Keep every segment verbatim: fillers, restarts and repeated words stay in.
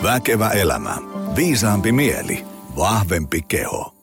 Väkevä elämä. Viisaampi mieli. Vahvempi keho.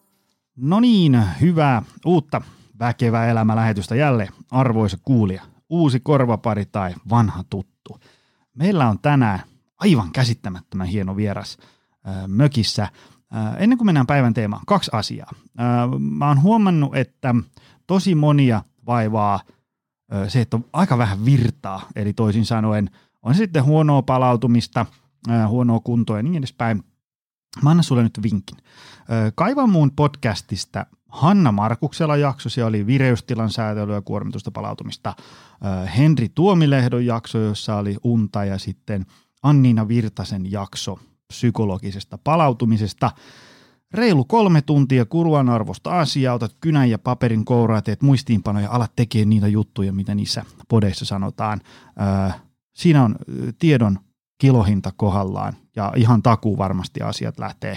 No niin, hyvää uutta Väkevä elämä -lähetystä jälleen, arvoisa kuulija. Uusi korvapari tai vanha tuttu. Meillä on tänään aivan käsittämättömän hieno vieras äh, mökissä. Äh, ennen kuin mennään päivän teemaan, kaksi asiaa. Äh, mä oon huomannut, että tosi monia vaivaa äh, se, että on aika vähän virtaa, eli toisin sanoen on se sitten huonoa palautumista, äh, huonoa kuntoa ja niin edespäin. Mä annan sulle nyt vinkin. Kaiva muun podcastista Hanna Markuksella jakso, siellä oli vireystilan säätelyä ja kuormitusta palautumista. Henri Tuomilehdon jakso, jossa oli unta, ja sitten Anniina Virtasen jakso psykologisesta palautumisesta. Reilu kolme tuntia kuruan arvosta asiaa, otat kynän ja paperin kouraa, teet muistiinpanoja, alat tekemään niitä juttuja, mitä niissä podeissa sanotaan. Siinä on tiedon kilohinta kohdallaan ja ihan takuu varmasti asiat lähtee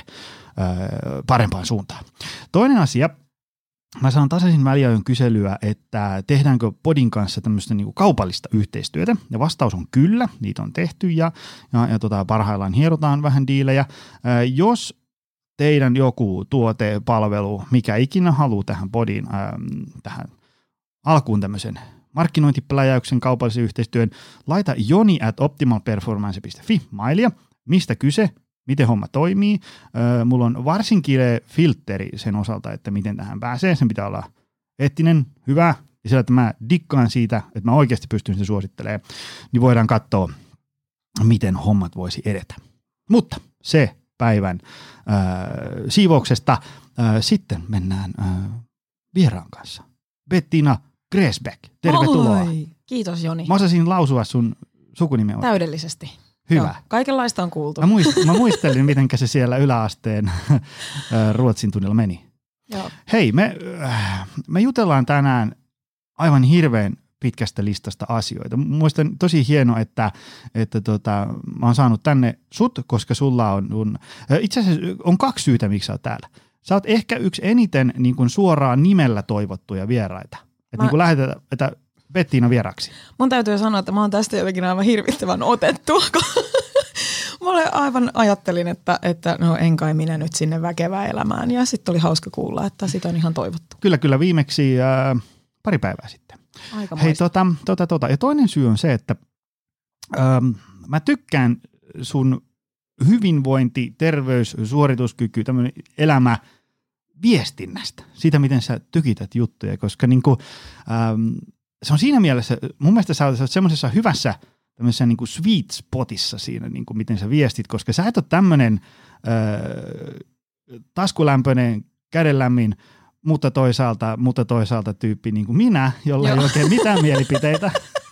ö, parempaan suuntaan. Toinen asia, mä saan tasaisin väliajoin kyselyä, että tehdäänkö podin kanssa tämmöistä niinku kaupallista yhteistyötä, ja vastaus on kyllä, niitä on tehty ja, ja, ja tota, parhaillaan hierotaan vähän diilejä. Ö, jos teidän joku tuote, palvelu, mikä ikinä haluaa tähän podiin, ö, tähän alkuun tämmöisen markkinointipläjäyksen kaupallisen yhteistyön, laita joni at optimalperformance piste fi mailia, mistä kyse, miten homma toimii. Öö, mulla on varsin kireä filtteri sen osalta, että miten tähän pääsee. Sen pitää olla eettinen, hyvä, ja sillä, että mä dikkaan siitä, että mä oikeasti pystyn sitä suosittelemaan, niin voidaan katsoa, miten hommat voisi edetä. Mutta se päivän öö, siivouksesta. Öö, sitten mennään öö, vieraan kanssa. Bettina Gräsbeck, tervetuloa. Oi, kiitos Joni. Mä osasin lausua sun sukunimen. Täydellisesti. Hyvä. Joo, kaikenlaista on kuultu. Mä, muist, mä muistelin, miten se siellä yläasteen ruotsin tunnilla meni. Joo. Hei, me, me jutellaan tänään aivan hirveän pitkästä listasta asioita. Muistan tosi hieno, että, että tota, mä oon saanut tänne sut, koska sulla on, on itse asiassa on kaksi syytä, miksi sä oot täällä. Sä oot ehkä yksi eniten niin kuin suoraan nimellä toivottuja vieraita. Että mä... niin lähetetään, että Bettina vieraksi. Mun täytyy sanoa, että mä oon tästä jotenkin aivan hirvittävän otettu. Mä aivan ajattelin, että, että no en kai minä nyt sinne väkevään elämään. Ja sitten oli hauska kuulla, että sitä on ihan toivottu. Kyllä, kyllä viimeksi äh, pari päivää sitten. Aika Hei, tota, tota, tota. Ja toinen syy on se, että ähm, mä tykkään sun hyvinvointi, terveys, suorituskyky, tämmöinen elämä viestinnästä, siitä miten sä tykität juttuja, koska niinku, ähm, se on siinä mielessä, mun mielestä sä olet semmoisessa hyvässä tämmöisessä niinku sweet spotissa siinä, niinku miten sä viestit, koska sä et ole tämmöinen äh, taskulämpöinen, kädenlämmin, mutta toisaalta, mutta toisaalta tyyppi niin kuin minä, jolla Joo. ei oikein mitään mielipiteitä.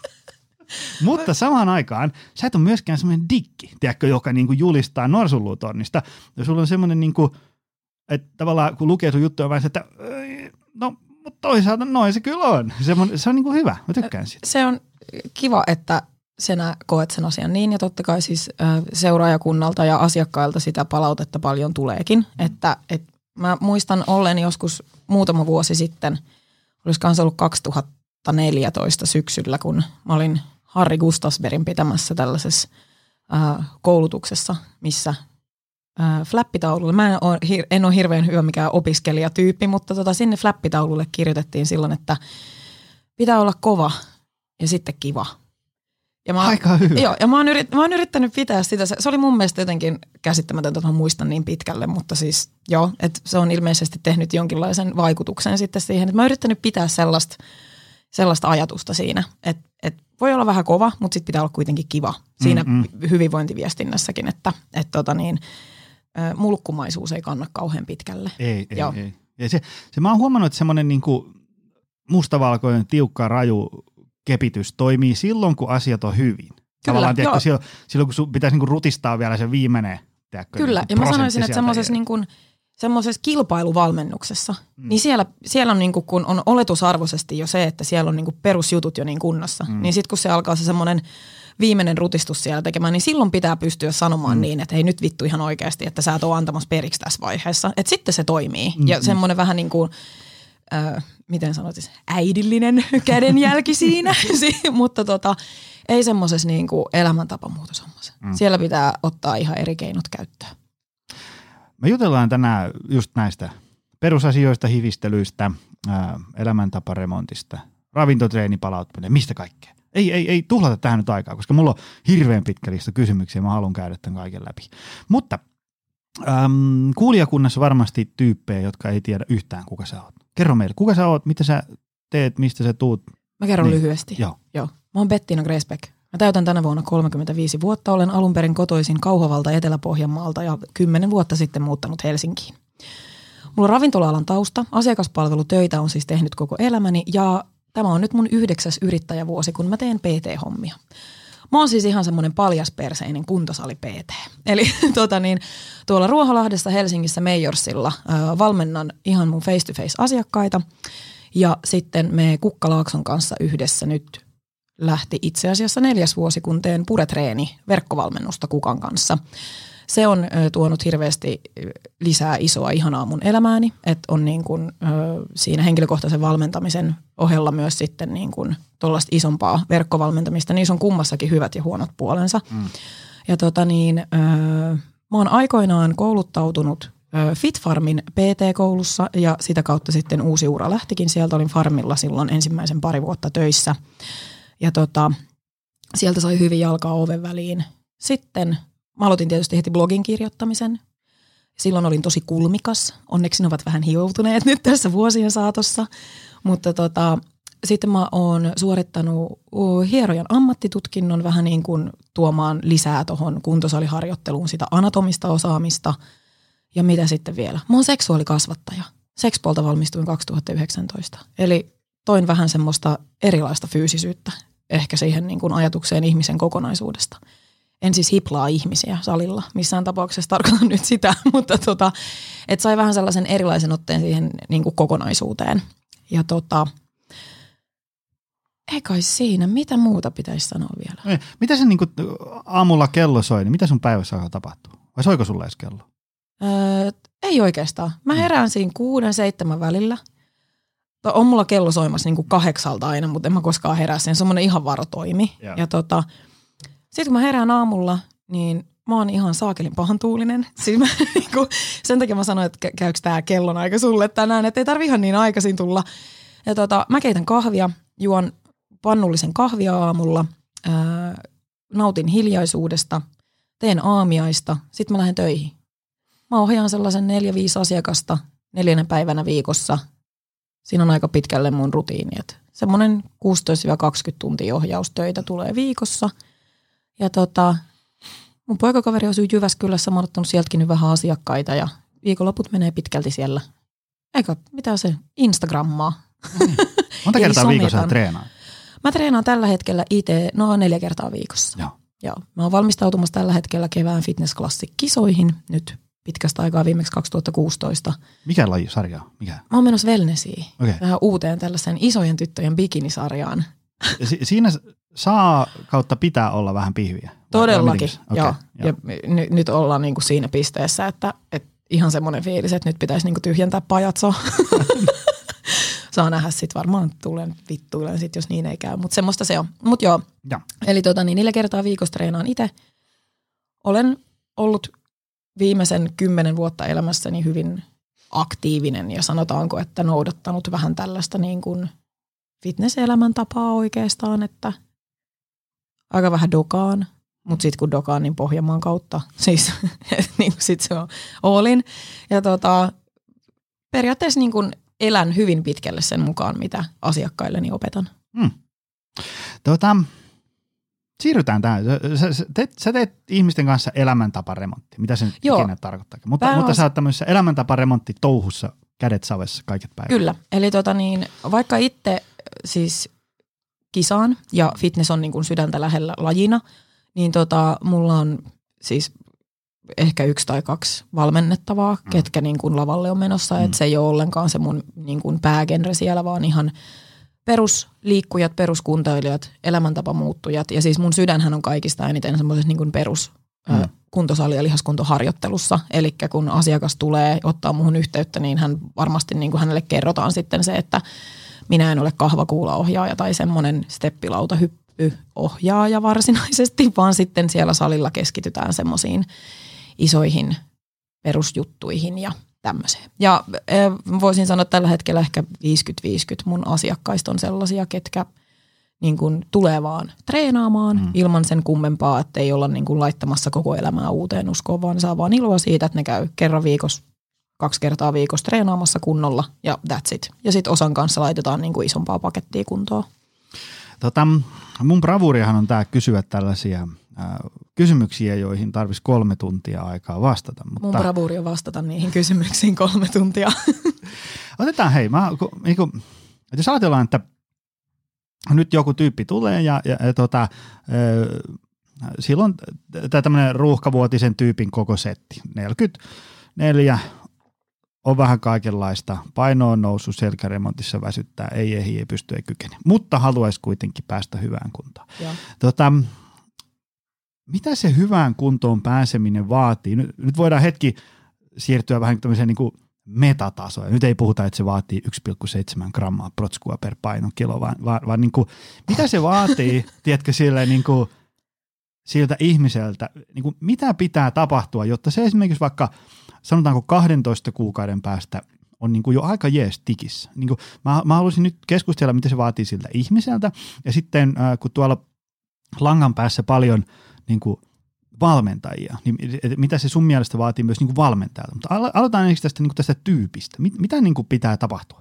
Mutta samaan aikaan sä et ole myöskään semmoinen dikki, tiedätkö, joka niinku julistaa norsunluutornista. Ja sulla on semmoinen, niinku, että tavallaan kun lukee sun juttuja vähän, että no, mutta toisaalta noin se kyllä on. Semmoinen, se on niinku hyvä, mä tykkään siitä. Se on kiva, että sinä koet sen asian niin, ja totta kai siis äh, seuraajakunnalta ja asiakkailta sitä palautetta paljon tuleekin. Mm. Että et, mä muistan ollen joskus muutama vuosi sitten, olisi kanssa ollut kaksituhattaneljätoista syksyllä, kun mä olin Harri Gustafsbergin pitämässä tällaisessa äh, koulutuksessa, missä äh, flappitaululle, mä en ole, en ole hirveän hyvä mikään opiskelijatyyppi, mutta tota, sinne flappitaululle kirjoitettiin silloin, että pitää olla kova ja sitten kiva. Ja mä, Aika hyvä. Joo, ja mä oon, yrit, mä oon yrittänyt pitää sitä, se, se oli mun mielestä jotenkin käsittämätöntä, että mä muistan niin pitkälle, mutta siis joo, että se on ilmeisesti tehnyt jonkinlaisen vaikutuksen sitten siihen, että mä oon yrittänyt pitää sellaista, sellaista ajatusta siinä, että, että voi olla vähän kova, mutta sitten pitää olla kuitenkin kiva siinä Mm-mm. hyvinvointiviestinnässäkin, että, että tota niin, mulkkumaisuus ei kanna kauhean pitkälle. Ei, ei, joo. ei. Ja se, se mä oon huomannut, että semmoinen niinku mustavalkoinen, tiukka, raju kepitys toimii silloin, kun asiat on hyvin. Kyllä, tiedätkö, silloin, silloin, kun sun pitäisi niinku rutistaa vielä se viimeinen, tiedätkö, Kyllä, niinku ja mä sanoisin, että semmoisessa niinku, semmoisessa kilpailuvalmennuksessa, mm. niin siellä, siellä on niinku, kun on oletusarvoisesti jo se, että siellä on niinku perusjutut jo niin kunnossa, mm. niin sitten kun se alkaa se semmoinen viimeinen rutistus siellä tekemään, niin silloin pitää pystyä sanomaan mm. niin, että hei nyt vittu ihan oikeasti, että sä et ole antamassa periksi tässä vaiheessa. Että sitten se toimii. Mm. Ja semmoinen vähän niin kuin äh, miten sanoisin, äidillinen kädenjälki siinä, mutta tota, ei semmoisessa niinku elämäntapamuutoshommassa. Mm. Siellä pitää ottaa ihan eri keinot käyttöön. Me jutellaan tänään just näistä perusasioista, hivistelyistä, ää, elämäntaparemontista, ravintotreeni palauttaminen, mistä kaikkea. Ei, ei, ei tuhlata tähän nyt aikaa, koska mulla on hirveän pitkä lista kysymyksiä, mä haluan käydä tämän kaiken läpi. Mutta äm, kuulijakunnassa varmasti tyyppejä, jotka ei tiedä yhtään, kuka sä oot. Kerro meille, kuka sä oot, mitä sä teet, mistä sä tuut? Mä kerron niin. lyhyesti. Joo. Joo. Mä oon Bettina Gresbeck. Mä täytän tänä vuonna kolmekymmentäviisi vuotta. Olen alun perin kotoisin Kauhavalta Etelä-Pohjanmaalta ja kymmenen vuotta sitten muuttanut Helsinkiin. Mulla on ravintola-alan tausta. Asiakaspalvelutöitä on siis tehnyt koko elämäni ja tämä on nyt mun yhdeksäs yrittäjävuosi, kun mä teen P T-hommia. Mä oon siis ihan semmoinen paljasperseinen kuntosali-P T. Eli tota niin, tuolla Ruoholahdessa Helsingissä Majorsilla äh, valmennan ihan mun face-to-face-asiakkaita. Ja sitten me Kukka Laakson kanssa yhdessä nyt lähti itse asiassa neljäs vuosi, kun teen puretreeni verkkovalmennusta Kukan kanssa. Se on ö, tuonut hirveästi lisää isoa ihanaa mun elämääni, että on niin kuin, ö, siinä henkilökohtaisen valmentamisen ohella myös sitten niin kuin tuollaista isompaa verkkovalmentamista. Niissä on kummassakin hyvät ja huonot puolensa. Mm. Ja tota niin, ö, mä oon aikoinaan kouluttautunut ö, FitFarmin P T-koulussa ja sitä kautta sitten uusi ura lähtikin. Sieltä olin Farmilla silloin ensimmäisen pari vuotta töissä ja tota, sieltä sai hyvin jalkaa oven väliin. Sitten mä aloitin tietysti heti blogin kirjoittamisen. Silloin olin tosi kulmikas. Onneksi ne ovat vähän hioutuneet nyt tässä vuosien saatossa. Mutta tota, sitten mä oon suorittanut hierojan ammattitutkinnon vähän niin kuin tuomaan lisää tuohon kuntosaliharjoitteluun sitä anatomista osaamista. Ja mitä sitten vielä? Mä oon seksuaalikasvattaja. Sexpolta valmistuin kaksituhattayhdeksäntoista. Eli toin vähän semmoista erilaista fyysisyyttä ehkä siihen niin kuin ajatukseen ihmisen kokonaisuudesta. En siis hiplaa ihmisiä salilla, missään tapauksessa tarkoitan nyt sitä, mutta tota, et sai vähän sellaisen erilaisen otteen siihen niin kuin kokonaisuuteen. Ja tota, ei kai siinä, mitä muuta pitäisi sanoa vielä? Ei, mitä se niin kuin aamulla kello soi, niin mitä sun päivässä alkaa tapahtua? Vai soiko sulle edes kello? Öö, ei oikeastaan. Mä herään siinä kuuden, seitsemän välillä. On mulla kello soimassa niin kuin kahdeksalta aina, mutta en mä koskaan herää sen. Semmoinen ihan varotoimi. Ja, ja tota, sitten kun mä herään aamulla, niin mä oon ihan saakelin pahantuulinen. Siis mä, niin kuin, sen takia mä sanoin, että käykö tää kellon aika sulle tänään, että ei tarvi ihan niin aikaisin tulla. Ja tota, mä keitän kahvia, juon pannullisen kahvia aamulla, ää, nautin hiljaisuudesta, teen aamiaista, sitten mä lähden töihin. Mä ohjaan sellaisen neljä viisi asiakasta neljänä päivänä viikossa. Siinä on aika pitkälle mun rutiini, että semmoinen kuusitoista kaksikymmentä tuntia ohjaustöitä tulee viikossa. Ja tota, mun poikakaveri asuu Jyväskylässä, mä oon ottanut sieltäkin nyt vähän asiakkaita ja viikonloput menee pitkälti siellä. Eikä mitään se Instagrammaa. Mm. Monta kertaa viikossa sä treenaat? Mä treenaan tällä hetkellä itse no neljä kertaa viikossa. Joo. Joo. Mä oon valmistautumassa tällä hetkellä kevään fitness-klassikkisoihin nyt pitkästä aikaa viimeksi kaksituhattakuusitoista. Mikä laji, sarja? Mikä? Mä oon menossa wellnessiin. Okay. Tähän uuteen tällaiseen isojen tyttöjen bikinisarjaan. Si- siinä saa kautta pitää olla vähän pihviä? Todellakin, okay, joo. joo. Ja n- nyt ollaan niinku siinä pisteessä, että et ihan semmoinen fiilis, että nyt pitäisi niinku tyhjentää pajatsoa. Saa nähdä sitten varmaan tulen vittuilen sit, jos niin ei käy, mutta semmoista se on. Mut joo, ja. Eli tota, niin neljä kertaa viikossa treenaan itse. Olen ollut viimeisen kymmenen vuotta elämässäni hyvin aktiivinen ja sanotaanko, että noudattanut vähän tällaista niin kuin fitness-elämäntapaa oikeastaan, että aika vähän dokaan, mutta sitten kun dokaan, niin Pohjanmaan kautta, siis niin sitten se on olin. Ja tota, periaatteessa niin kuin elän hyvin pitkälle sen mukaan, mitä asiakkailleni opetan. Hmm. Tota, siirrytään tähän. Sä, sä, teet, sä teet ihmisten kanssa elämäntaparemontti. Mitä se nyt Joo. ikinä tarkoittaa? Mutta, Pääos... mutta sä oot tämmöisessä elämäntaparemontti-touhussa kädet savessa kaiket päivät. Kyllä. Eli tota niin, vaikka itse siis kisaan ja fitness on niin kuin sydäntä lähellä lajina, niin tota, mulla on siis ehkä yksi tai kaksi valmennettavaa, mm. ketkä niin kuin lavalle on menossa. Mm. Että se ei ole ollenkaan se mun niin kuin päägenre siellä, vaan ihan perusliikkujat, peruskuntoilijat, elämäntapamuuttujat. Ja siis mun sydänhän on kaikista eniten semmoisessa niin kuin perus mm. kuntosali- ja lihaskuntoharjoittelussa. Eli kun asiakas tulee ottaa muuhun yhteyttä, niin hän varmasti niin kuin hänelle kerrotaan sitten se, että minä en ole kahvakuulaohjaaja tai semmoinen steppilautahyppyohjaaja varsinaisesti, vaan sitten siellä salilla keskitytään semmoisiin isoihin perusjuttuihin ja tämmöiseen. Ja voisin sanoa, että tällä hetkellä ehkä viisikymmentä viisikymmentä mun asiakkaista on sellaisia, ketkä niin kuin tulee vaan treenaamaan mm. ilman sen kummempaa, että ei olla niin kuin laittamassa koko elämää uuteen uskoon, vaan saa vaan iloa siitä, että ne käy kerran viikossa, kaksi kertaa viikossa treenaamassa kunnolla ja that's it. Ja sitten osan kanssa laitetaan niin kuin isompaa pakettia kuntoon. Tota, mun bravuriahan on tää kysyä tällaisia äh, kysymyksiä, joihin tarvitsisi kolme tuntia aikaa vastata. Mutta mun bravuri on vastata niihin kysymyksiin kolme tuntia. Otetaan hei, mä, niin kuin, jos ajatellaan, että nyt joku tyyppi tulee ja, ja, ja tota, äh, silloin tämä tämmöinen ruuhkavuotisen tyypin koko setti, neljäkymmentäneljä, on vähän kaikenlaista, paino on noussut, selkäremontissa väsyttää, ei ehdi, ei pysty, ei kykene, mutta haluaisi kuitenkin päästä hyvään kuntoon. Tota, mitä se hyvään kuntoon pääseminen vaatii? Nyt, nyt voidaan hetki siirtyä vähän tämmöiseen niin kuin metatasoon. Nyt ei puhuta, että se vaatii yksi pilkku seitsemän grammaa protskua per painon kilo, vaan, vaan, vaan niin kuin, mitä se vaatii, tiedätkö, silleen niin kuin siltä ihmiseltä, niin kuin mitä pitää tapahtua, jotta se esimerkiksi vaikka sanotaanko kahdentoista kuukauden päästä on niin kuin jo aika jees tikissä. Niin kuin mä, mä haluaisin nyt keskustella, mitä se vaatii siltä ihmiseltä, ja sitten äh, kun tuolla langan päässä paljon niin kuin valmentajia, niin mitä se sun mielestä vaatii myös niin kuin valmentajalta. Mutta aloitetaan ensin tästä, niin kuin tästä tyypistä. Mit, mitä niin kuin pitää tapahtua?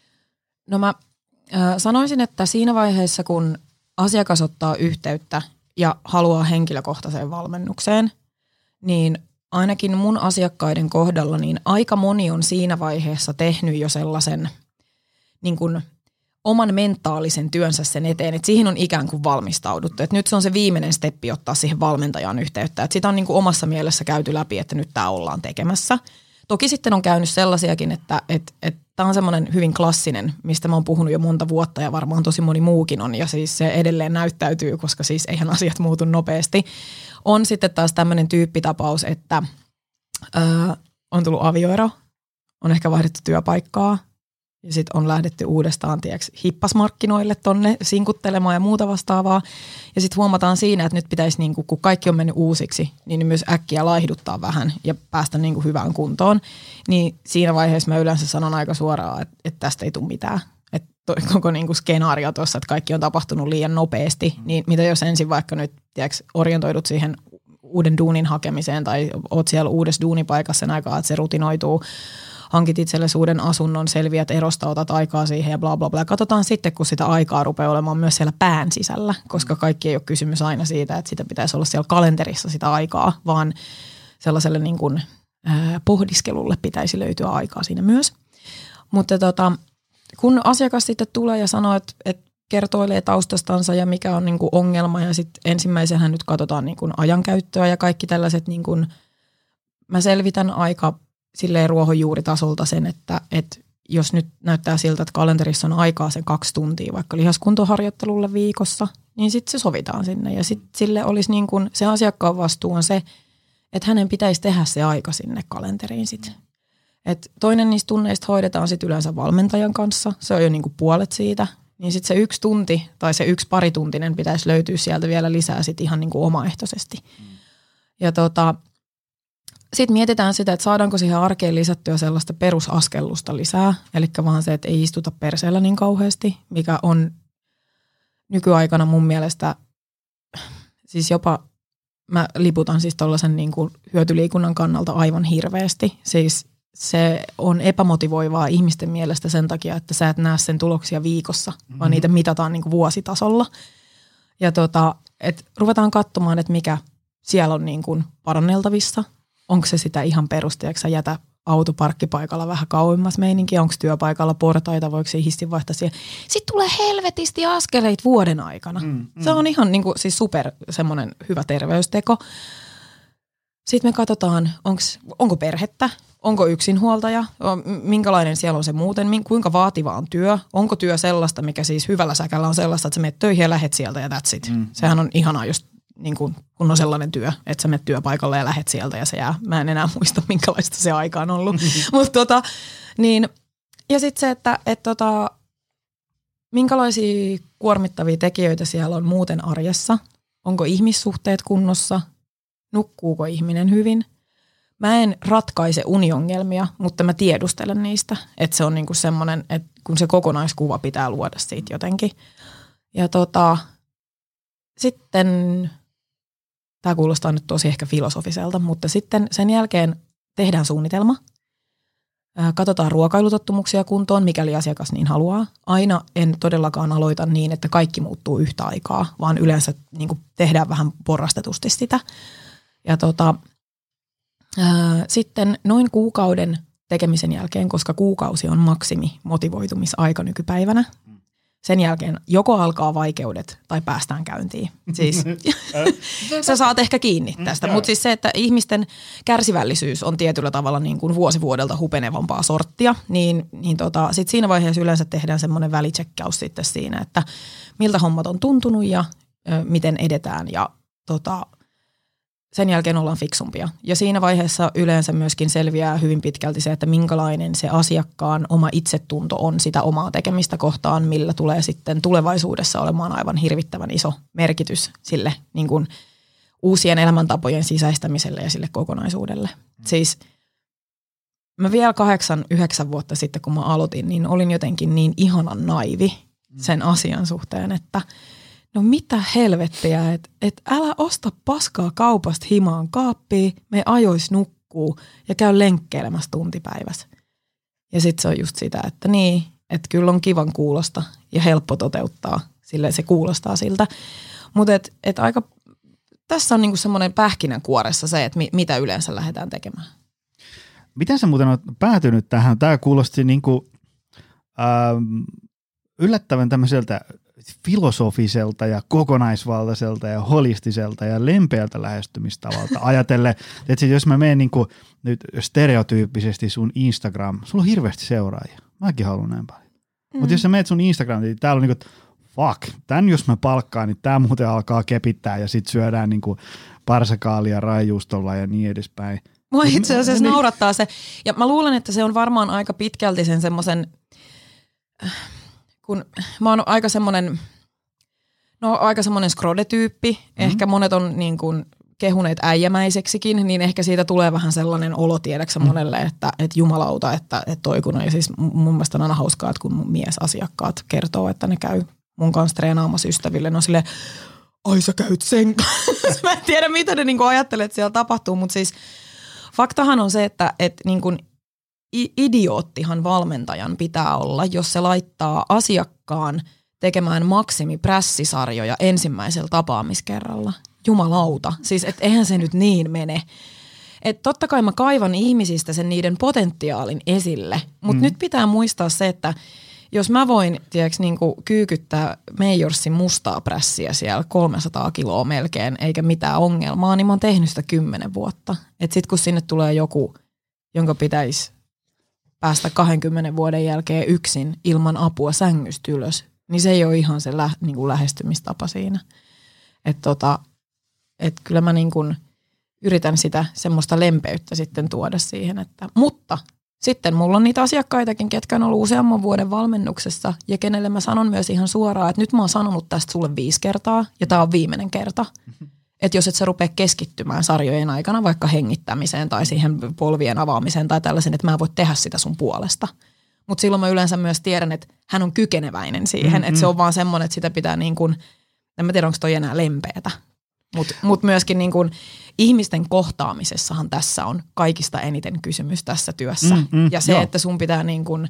No mä äh, sanoisin, että siinä vaiheessa, kun asiakas ottaa yhteyttä ja haluaa henkilökohtaiseen valmennukseen, niin ainakin mun asiakkaiden kohdalla niin aika moni on siinä vaiheessa tehnyt jo sellaisen niin kuin oman mentaalisen työnsä sen eteen, että siihen on ikään kuin valmistauduttu. Että nyt se on se viimeinen steppi ottaa siihen valmentajan yhteyttä. Että sitä on niin kuin omassa mielessä käyty läpi, että nyt tämä ollaan tekemässä. Toki sitten on käynyt sellaisiakin, että että että tämä on semmoinen hyvin klassinen, mistä mä oon puhunut jo monta vuotta ja varmaan tosi moni muukin on. Ja siis se edelleen näyttäytyy, koska siis eihän asiat muutu nopeasti. On sitten taas tämmöinen tyyppitapaus, että öö, on tullut avioero, on ehkä vaihdettu työpaikkaa ja sitten on lähdetty uudestaan tiiäks, hippasmarkkinoille tonne sinkuttelemaan ja muuta vastaavaa. Ja sitten huomataan siinä, että nyt pitäisi, niinku, kun kaikki on mennyt uusiksi, niin myös äkkiä laihduttaa vähän ja päästä niinku hyvään kuntoon. Niin siinä vaiheessa mä yleensä sanon aika suoraan, että, että tästä ei tule mitään. Että koko niinku skenaario tuossa, että kaikki on tapahtunut liian nopeasti, niin mitä jos ensin vaikka nyt tiiäks, orientoidut siihen uuden duunin hakemiseen tai oot siellä uudessa duunipaikassa sen aikaa, että se rutinoituu, hankit itsellesi uuden asunnon, selviät erosta, otat aikaa siihen ja bla bla bla. Katsotaan sitten, kun sitä aikaa rupeaa olemaan myös siellä pään sisällä, koska kaikki ei ole kysymys aina siitä, että sitä pitäisi olla siellä kalenterissa sitä aikaa, vaan sellaiselle niin kuin, ää, pohdiskelulle pitäisi löytyä aikaa siinä myös. Mutta tota, kun asiakas sitten tulee ja sanoo, että, että kertoilee taustastansa ja mikä on niin kuin ongelma ja sitten ensimmäisenhän nyt katsotaan niin kuin ajankäyttöä ja kaikki tällaiset, niin kuin, mä selvitän aika silleen ruohonjuuritasolta sen, että, että jos nyt näyttää siltä, että kalenterissa on aikaa sen kaksi tuntia vaikka lihaskuntoharjoittelulle viikossa, niin sitten se sovitaan sinne ja sitten sille olisi niin kuin, se asiakkaan vastuu on se, että hänen pitäisi tehdä se aika sinne kalenteriin sitten. Et toinen niistä tunneista hoidetaan sitten yleensä valmentajan kanssa, se on jo niin kuin puolet siitä. Niin sitten se yksi tunti tai se yksi parituntinen pitäisi löytyä sieltä vielä lisää sitten ihan niin kuin omaehtoisesti. Mm. Ja tota, sitten mietitään sitä, että saadaanko siihen arkeen lisättyä sellaista perusaskellusta lisää. Eli vaan se, että ei istuta perseellä niin kauheasti, mikä on nykyaikana mun mielestä, siis jopa mä liputan siis tollaisen niin kuin hyötyliikunnan kannalta aivan hirveästi. Siis se on epämotivoivaa ihmisten mielestä sen takia, että sä et näe sen tuloksia viikossa, mm-hmm. vaan niitä mitataan niin kuin vuositasolla. Ja tota, et ruvetaan katsomaan, että mikä siellä on niin kuin paranneltavissa. Onko se sitä ihan perusteeksi, jätä auto parkkipaikalla vähän kauemmas meininkiä, onko työpaikalla portaita, voiko se hissin vaihtaa siihen. Sitten tulee helvetisti askeleita vuoden aikana. Mm, mm. Se on ihan niin kuin, siis super semmoinen hyvä terveysteko. Sitten me katsotaan, onks, onko perhettä, onko yksinhuoltaja, minkälainen siellä on se muuten, kuinka vaativa on työ, onko työ sellaista, mikä siis hyvällä säkällä on sellaista, että sä menet töihin ja lähet sieltä ja that's it. Mm. Sehän on ihanaa, jos niin kuin, kun on sellainen työ, että sä menet työpaikalle ja lähet sieltä ja se jää. Mä en enää muista, minkälaista se aika on ollut. Mut tota, niin, ja sitten se, että et tota, minkälaisia kuormittavia tekijöitä siellä on muuten arjessa. Onko ihmissuhteet kunnossa? Nukkuuko ihminen hyvin? Mä en ratkaise uniongelmia, mutta mä tiedustelen niistä. Että se on niinku semmoinen, että kun se kokonaiskuva pitää luoda siitä jotenkin. Ja tota, sitten, tämä kuulostaa nyt tosi ehkä filosofiselta, mutta sitten sen jälkeen tehdään suunnitelma. Katsotaan ruokailutottumuksia kuntoon, mikäli asiakas niin haluaa. Aina en todellakaan aloita niin, että kaikki muuttuu yhtä aikaa, vaan yleensä niin kuin tehdään vähän porrastetusti sitä. Ja tota, ää, sitten noin kuukauden tekemisen jälkeen, koska kuukausi on maksimi motivoitumisaika nykypäivänä, sen jälkeen joko alkaa vaikeudet tai päästään käyntiin. Siis sä saat ehkä kiinni tästä, mutta siis se, että ihmisten kärsivällisyys on tietyllä tavalla niin kuin vuosi vuodelta hupenevampaa sorttia, niin, niin tota, sit siinä vaiheessa yleensä tehdään semmoinen välitsekkaus sitten siinä, että miltä hommat on tuntunut ja ö, miten edetään ja tota, sen jälkeen ollaan fiksumpia. Ja siinä vaiheessa yleensä myöskin selviää hyvin pitkälti se, että minkälainen se asiakkaan oma itsetunto on sitä omaa tekemistä kohtaan, millä tulee sitten tulevaisuudessa olemaan aivan hirvittävän iso merkitys sille niin kuin uusien elämäntapojen sisäistämiselle ja sille kokonaisuudelle. Mm. Siis mä vielä kahdeksan, yhdeksän vuotta sitten, kun mä aloitin, niin olin jotenkin niin ihanan naivi sen asian suhteen, että no mitä helvettiä, että et älä osta paskaa kaupasta himaan kaappiin, me ajois nukkuu ja käy lenkkeilemässä tuntipäivässä. Ja sitten se on just sitä, että niin, että kyllä on kivan kuulosta ja helppo toteuttaa, sille se kuulostaa siltä. Mutta et, et aika, tässä on niinku semmoinen pähkinänkuoressa se, että mi, mitä yleensä lähdetään tekemään. Miten sä muuten oot päätynyt tähän? Tämä kuulosti niinku, ähm, yllättävän tämmöiseltä filosofiselta ja kokonaisvaltaiselta ja holistiselta ja lempeältä lähestymistavalta ajatellen, että jos mä menen niin kuin nyt stereotyyppisesti sun Instagram, sulla on hirveästi seuraajia. Mäkin haluan näin paljon. Mm. Mutta jos sä menet sun Instagram, niin täällä on niin kuin, fuck, tän jos mä palkkaan, niin tää muuten alkaa kepittää ja sit syödään niin kuin parsakaalia raijuustolla ja niin edespäin. Mua itse asiassa niin naurattaa se. Ja mä luulen, että se on varmaan aika pitkälti sen semmoisen, kun mä oon aika semmoinen, no aika semmoinen scrode-tyyppi, mm-hmm. ehkä monet on niin kuin kehuneet äijämäiseksikin, niin ehkä siitä tulee vähän sellainen olo tiedeksä monelle, että, että jumalauta, että, että toi kun on, siis mun mielestä on aina hauskaa, että kun mun miesasiakkaat kertoo, että ne käy mun kanssa treenaamassa ystäville, no silleen, ai sä käyt sen kanssa. Mä en tiedä, mitä ne niinku ajattelee, että siellä tapahtuu, mutta siis faktahan on se, että, että niin kuin idioottihan valmentajan pitää olla, jos se laittaa asiakkaan tekemään maksimiprässisarjoja ensimmäisellä tapaamiskerralla. Jumalauta. Siis et eihän se nyt niin mene. Et totta kai mä kaivan ihmisistä sen niiden potentiaalin esille, mutta mm. nyt pitää muistaa se, että jos mä voin tiedätkö, niin kuin kyykyttää Majorsin mustaa prässiä siellä kolmesataa kiloa melkein, eikä mitään ongelmaa, niin mä oon tehnyt sitä kymmenen vuotta. Et sit kun sinne tulee joku, jonka pitäisi päästä kahdenkymmenen vuoden jälkeen yksin ilman apua sängystä ylös, niin se ei ole ihan se lä- niin kuin lähestymistapa siinä. Että tota, et kyllä mä niin kuin yritän sitä semmoista lempeyttä sitten tuoda siihen. Että, mutta sitten mulla on niitä asiakkaitakin, ketkä on ollut useamman vuoden valmennuksessa ja kenelle mä sanon myös ihan suoraan, että nyt mä oon sanonut tästä sulle viisi kertaa ja tää on viimeinen kerta. Että jos et sä rupea keskittymään sarjojen aikana vaikka hengittämiseen tai siihen polvien avaamiseen tai tällaisen, että mä en voi tehdä sitä sun puolesta. Mutta silloin mä yleensä myös tiedän, että hän on kykeneväinen siihen, mm-hmm. että se on vaan semmoinen, että sitä pitää niin kuin, en mä tiedä onko toi enää lempeätä. Mutta mut myöskin niin kun ihmisten kohtaamisessahan tässä on kaikista eniten kysymys tässä työssä. Mm, mm, ja se, joo. että sun pitää niin kun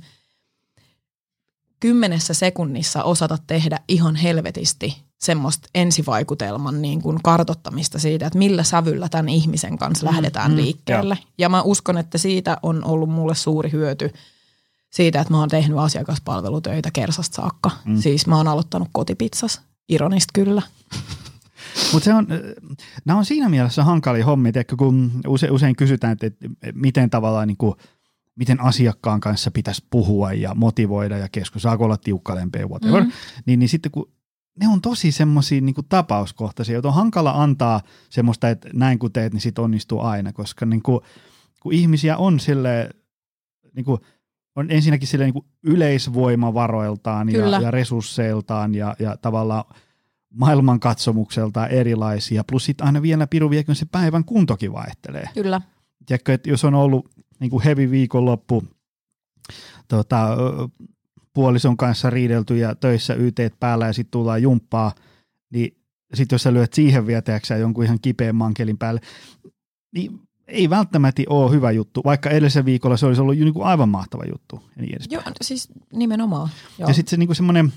kymmenessä sekunnissa osata tehdä ihan helvetisti semmoista ensivaikutelman niin kun kartoittamista siitä, että millä sävyllä tämän ihmisen kanssa mm, lähdetään mm, liikkeelle. Jo. Ja mä uskon, että siitä on ollut mulle suuri hyöty siitä, että mä oon tehnyt asiakaspalvelutöitä Kersasta saakka. Mm. Siis mä oon aloittanut kotipitsas. Ironista kyllä. Mutta se on, nämä on siinä mielessä hankalia hommia, että kun usein, usein kysytään, että, että miten tavallaan niin kuin, miten asiakkaan kanssa pitäisi puhua ja motivoida ja keskustella, saako olla tiukkalempi ja whatever, mm-hmm. niin, niin sitten kun ne on tosi semmoisia niin kuin tapauskohtaisia, joita on hankala antaa semmoista, että näin kun teet, niin sit onnistuu aina, koska niin kuin, kun ihmisiä on silleen, niin kuin, on ensinnäkin silleen niin kuin yleisvoimavaroiltaan ja, ja resursseiltaan ja, ja tavallaan maailmankatsomukseltaan erilaisia, plus sitten aina vielä piru vie, kun se päivän kuntokin vaihtelee. Kyllä. Tiedätkö, että jos on ollut niin kuin heavy viikonloppu, tota, puolison kanssa riidelty ja töissä yteet päällä ja sitten tullaan jumppaa, niin sitten jos sä lyöt siihen vielä teäksä jonkun ihan kipeän mankelin päälle, niin ei välttämättä ole hyvä juttu, vaikka edellisen viikolla se olisi ollut niin kuin aivan mahtava juttu ja niin edespäin. Joo, siis nimenomaan. Joo. Ja sitten se niin semmoinen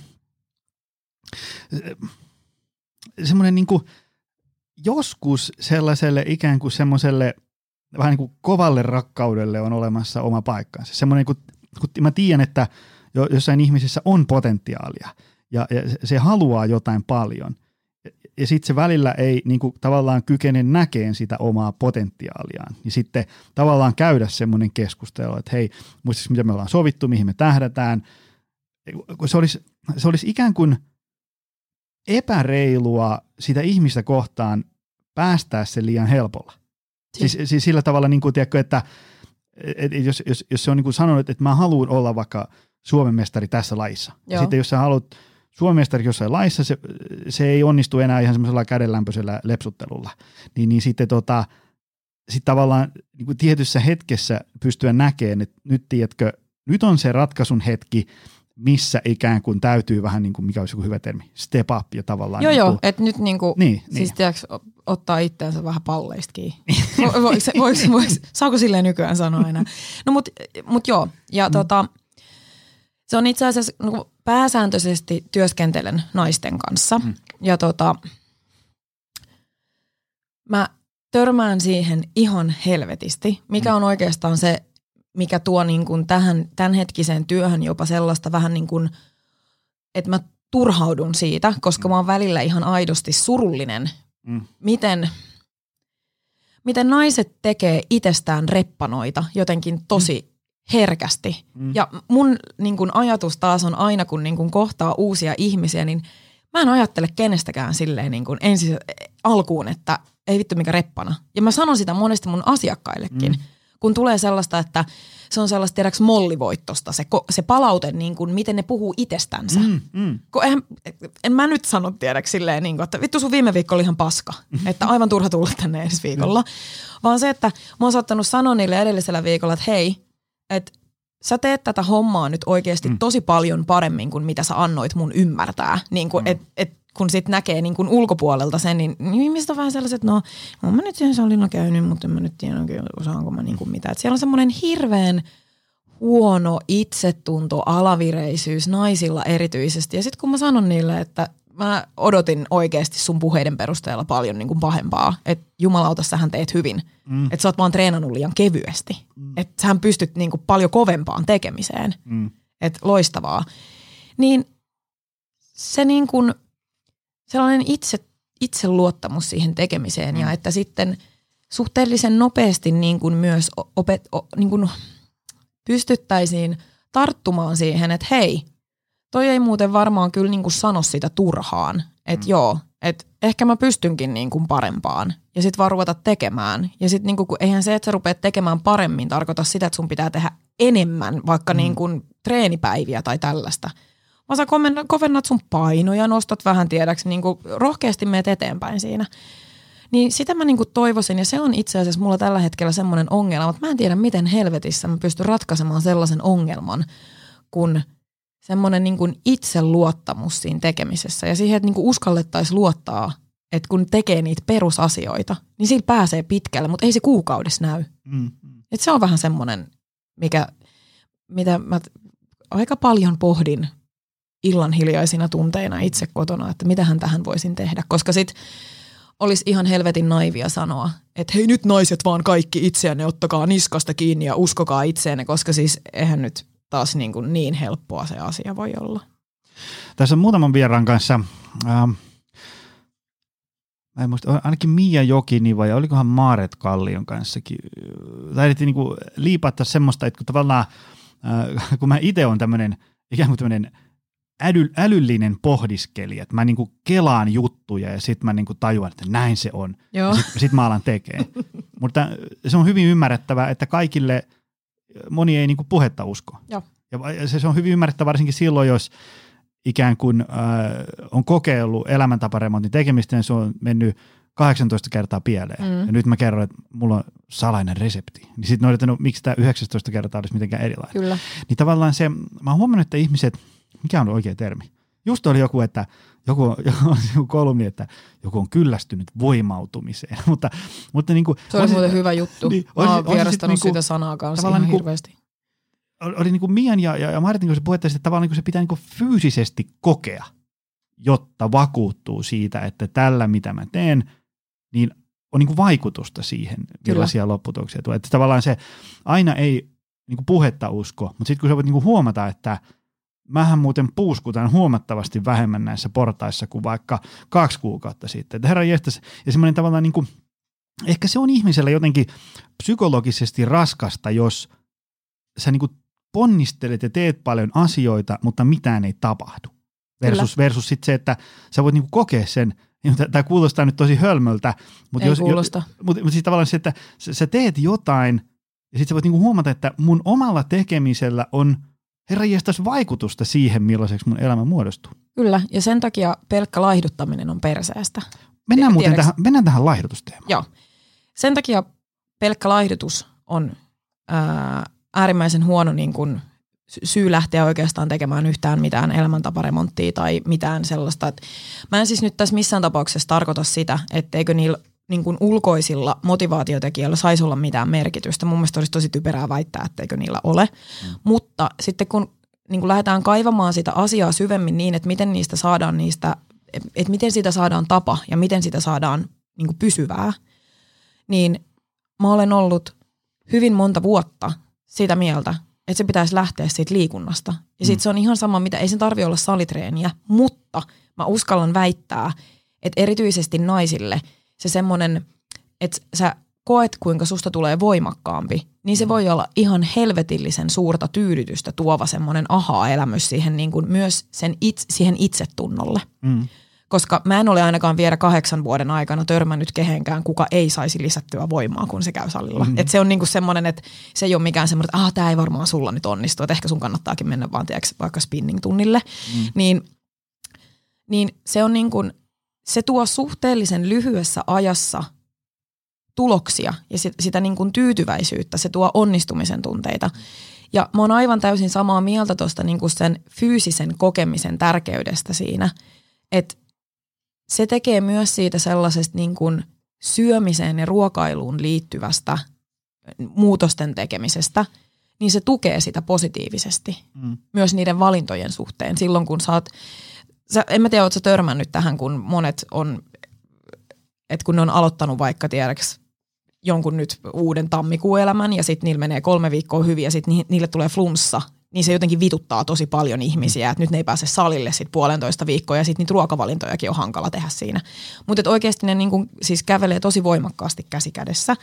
semmoinen niin kuin joskus sellaiselle ikään kuin semmoiselle vähän niin kuin kovalle rakkaudelle on olemassa oma paikkansa. Semmoinen, kun, kun mä tiedän, että jossain ihmisessä on potentiaalia ja, ja se haluaa jotain paljon. Ja, ja sitten se välillä ei niin kuin, tavallaan kykene näkeen sitä omaa potentiaaliaan. Ja sitten tavallaan käydä semmoinen keskustelu, että hei, muistatko mitä me ollaan sovittu, mihin me tähdätään. Se olisi, se olisi ikään kuin epäreilua sitä ihmistä kohtaan päästää se liian helpolla. Siis, siis sillä tavalla, niin kuin, tiedätkö, että et, jos, jos, jos se on niin kuin sanonut, että mä haluan olla vaikka Suomen mestari tässä lajissa. Ja sitten jos sä haluat Suomen mestari jossain lajissa, se, se ei onnistu enää ihan semmoisella kädenlämpöisellä lepsuttelulla. Niin, niin sitten tota, sit tavallaan niin kuin tietyssä hetkessä pystyä näkemään, että nyt tiedätkö, nyt on se ratkaisun hetki, missä ikään kuin täytyy vähän niin kuin, mikä olisi joku hyvä termi, step up ja tavallaan. Joo niin joo, kuin, että nyt niin kuin, niin, siis niin. tiedätkö, ottaa itseänsä vähän palleista kiinni. voiko, voiko, voiko, saako silleen nykyään sanoa enää? No mut, mut joo, ja mm. tota, se on itse asiassa, no, pääsääntöisesti työskentelen naisten kanssa, mm. ja tota, mä törmään siihen ihan helvetisti, mikä mm. on oikeastaan se, mikä tuo niin kuin tähän tämänhetkiseen työhön jopa sellaista vähän niin kuin, että mä turhaudun siitä, koska mä oon välillä ihan aidosti surullinen, mm. miten, miten naiset tekee itsestään reppanoita jotenkin tosi mm. herkästi. Mm. Ja mun niin kuin ajatus taas on aina, kun niin kuin kohtaa uusia ihmisiä, niin mä en ajattele kenestäkään silleen niin kuin ensi alkuun, että ei vittu mikä reppana. Ja mä sanon sitä monesti mun asiakkaillekin. Mm. Kun tulee sellaista, että se on sellaista, tiedäks, mollivoittosta, se, se palaute, niin kuin, miten ne puhuu itsestänsä. Mm, mm. Eihän, en mä nyt sano, tiedäks, silleen, niin kuin, että vittu sun viime viikko oli ihan paska, että aivan turha tulla tänne ensi viikolla. Vaan se, että mä oon saattanut sanoa niille edellisellä viikolla, että hei, että sä teet tätä hommaa nyt oikeasti mm. tosi paljon paremmin kuin mitä sä annoit mun ymmärtää. Niin kuin, mm. et, et, kun sit näkee niin kuin ulkopuolelta sen, niin ihmiset on vähän sellaiset, että no, oon mä nyt siihen salilla käynyt, mutta en mä nyt tiedä, osaanko mä niin kuin mitä. Et siellä on semmoinen hirveän huono itsetunto, alavireisyys naisilla erityisesti. Ja sitten kun mä sanon niille, että mä odotin oikeasti sun puheiden perusteella paljon niin kuin pahempaa, että jumalauta, sähän teet hyvin, mm. että sä oot vaan treenannut liian kevyesti, mm. että sähän pystyt niin kuin paljon kovempaan tekemiseen, mm. että loistavaa. Niin se niin kuin sellainen itse, itseluottamus siihen tekemiseen mm. ja että sitten suhteellisen nopeasti niin kuin myös opet, o, niin kuin pystyttäisiin tarttumaan siihen, että hei, toi ei muuten varmaan kyllä niin kuin sano sitä turhaan, että mm. joo, että ehkä mä pystynkin niin kuin parempaan ja sit vaan ruveta tekemään. Ja sit niin kuin, kun eihän se, että sä rupeat tekemään paremmin, tarkoita sitä, että sun pitää tehdä enemmän vaikka mm. niin kuin treenipäiviä tai tällaista. Vaan sä kovennat sun painoja, nostat vähän tiedäksi, niin kuin rohkeasti meet eteenpäin siinä. Niin sitä mä niin kuin toivoisin, ja se on itse asiassa mulla tällä hetkellä semmoinen ongelma, mutta mä en tiedä miten helvetissä mä pystyn ratkaisemaan sellaisen ongelman, kun semmoinen niin kuin itseluottamus siinä tekemisessä ja siihen, että niin kuin uskallettaisiin luottaa, että kun tekee niitä perusasioita, niin sillä pääsee pitkälle, mutta ei se kuukaudessa näy. Mm. Että se on vähän semmoinen, mikä, mitä mä aika paljon pohdin illan hiljaisina tunteina itse kotona, että mitähän tähän voisin tehdä, koska sit olisi ihan helvetin naivia sanoa, että hei nyt naiset vaan kaikki itseänne, ottakaa niskasta kiinni ja uskokaa itseenne, koska siis eihän nyt taas niin, kuin niin helppoa se asia voi olla. Tässä on muutaman vieraan kanssa, ähm, mä en muista, ainakin Mia Jokini vai olikohan Maaret Kallion kanssakin, taidettiin niin kuin liipata semmoista, että kun tavallaan, äh, kun mä itse olen tämmöinen ikään kuin tämmöinen äly, älyllinen pohdiskelija, että mä niin kuin kelaan juttuja ja sitten mä niin kuin tajuan, että näin se on. Sitten sit mä alan tekemään. Mutta se on hyvin ymmärrettävää, että kaikille moni ei niin kuin puhetta usko. Joo. Ja se, se on hyvin ymmärrettävää varsinkin silloin, jos ikään kuin äh, on kokeillut elämäntaparemontin tekemistä, niin se on mennyt kahdeksantoista kertaa pieleen. Mm. Ja nyt mä kerron, että mulla on salainen resepti. Niin sitten on, että no, miksi tämä yhdeksäntoista kertaa olisi mitenkään erilainen. Kyllä. Niin tavallaan se, mä oon huomannut, että ihmiset, mikä on oikea termi? Just oli joku, että joku, joku, joku kolumni, että joku on kyllästynyt voimautumiseen. mutta, mutta niin kuin, se oli muuten hyvä juttu. Niin, mä oon vierastanut niin sitä sanaa kanssa ihan niin kuin, hirveästi. Oli niin kuin Mian ja, ja, ja Martin, kun se puhuivat, että tavallaan niin kuin se pitää niin kuin fyysisesti kokea, jotta vakuuttuu siitä, että tällä mitä mä teen, niin on niin kuin vaikutusta siihen, millaisia lopputuloksia tulee. Että tavallaan se aina ei niin kuin puhetta usko, mutta sitten kun sä voit niin kuin huomata, että mähän muuten puuskutan huomattavasti vähemmän näissä portaissa kuin vaikka kaksi kuukautta sitten. Että herran jestas, ja semmoinen tavallaan niin kuin, ehkä se on ihmisellä jotenkin psykologisesti raskasta, jos sä niin kuin ponnistelet ja teet paljon asioita, mutta mitään ei tapahdu. Versus, versus sitten se, että sä voit niinku kokea sen, tämä kuulostaa nyt tosi hölmöltä, mutta, ei jos, kuulosta. mutta, mutta siis tavallaan se, että sä teet jotain ja sitten sä voit niinku huomata, että mun omalla tekemisellä on herranjestas vaikutusta siihen, millaiseksi mun elämä muodostuu. Kyllä, ja sen takia pelkkä laihduttaminen on perseestä. Mennään muuten tähän, mennään tähän laihdutusteemaan. Joo, sen takia pelkkä laihdutus on ää, äärimmäisen huono niin kuin syy lähteä oikeastaan tekemään yhtään mitään elämäntaparemonttia tai mitään sellaista. Että mä en siis nyt tässä missään tapauksessa tarkoita sitä, etteikö niillä niin kuin ulkoisilla motivaatiotekijöillä saisi olla mitään merkitystä. Mun mielestä olisi tosi typerää väittää, etteikö niillä ole. Mm. Mutta sitten kun niin kuin lähdetään kaivamaan sitä asiaa syvemmin niin, että miten niistä saadaan niistä, että miten siitä saadaan tapa ja miten sitä saadaan niin kuin pysyvää, niin mä olen ollut hyvin monta vuotta sitä mieltä, että se pitäisi lähteä siitä liikunnasta. Ja sitten mm. se on ihan sama, mitä ei sen tarvitse olla salitreeniä, mutta mä uskallan väittää, että erityisesti naisille se semmoinen, että sä koet, kuinka susta tulee voimakkaampi, niin se mm. voi olla ihan helvetillisen suurta tyydytystä tuova semmoinen ahaa-elämys siihen niin kuin myös sen itse, siihen itsetunnolle. Mm. Koska mä en ole ainakaan vielä kahdeksan vuoden aikana törmännyt kehenkään, kuka ei saisi lisättyä voimaa, kun se käy salilla. Mm-hmm. Et se on niinku semmoinen, että se ei ole mikään semmoinen, että ah, tämä ei varmaan sulla nyt onnistu, että ehkä sun kannattaakin mennä vaan tiedätkö, vaikka spinning-tunnille. Mm. Niin, niin se on niin kuin, se tuo suhteellisen lyhyessä ajassa tuloksia ja sit, sitä niin kuin tyytyväisyyttä, se tuo onnistumisen tunteita. Ja mä oon aivan täysin samaa mieltä tuosta niin kuin sen fyysisen kokemisen tärkeydestä siinä, että se tekee myös siitä sellaisesta niin kuin syömiseen ja ruokailuun liittyvästä muutosten tekemisestä, niin se tukee sitä positiivisesti mm. myös niiden valintojen suhteen. Silloin kun sä oot, sä, en mä tiedä, ootko sä törmännyt tähän, kun monet on, että kun ne on aloittanut vaikka tiedäks jonkun nyt uuden tammikuun elämän ja sitten niillä menee kolme viikkoa hyvin ja sitten ni, niille tulee flunssa, niin se jotenkin vituttaa tosi paljon ihmisiä, että nyt ne ei pääse salille sit puolentoista viikkoa ja sitten niitä ruokavalintojakin on hankala tehdä siinä. Mutta oikeasti ne niinku, siis kävelee tosi voimakkaasti käsi kädessä.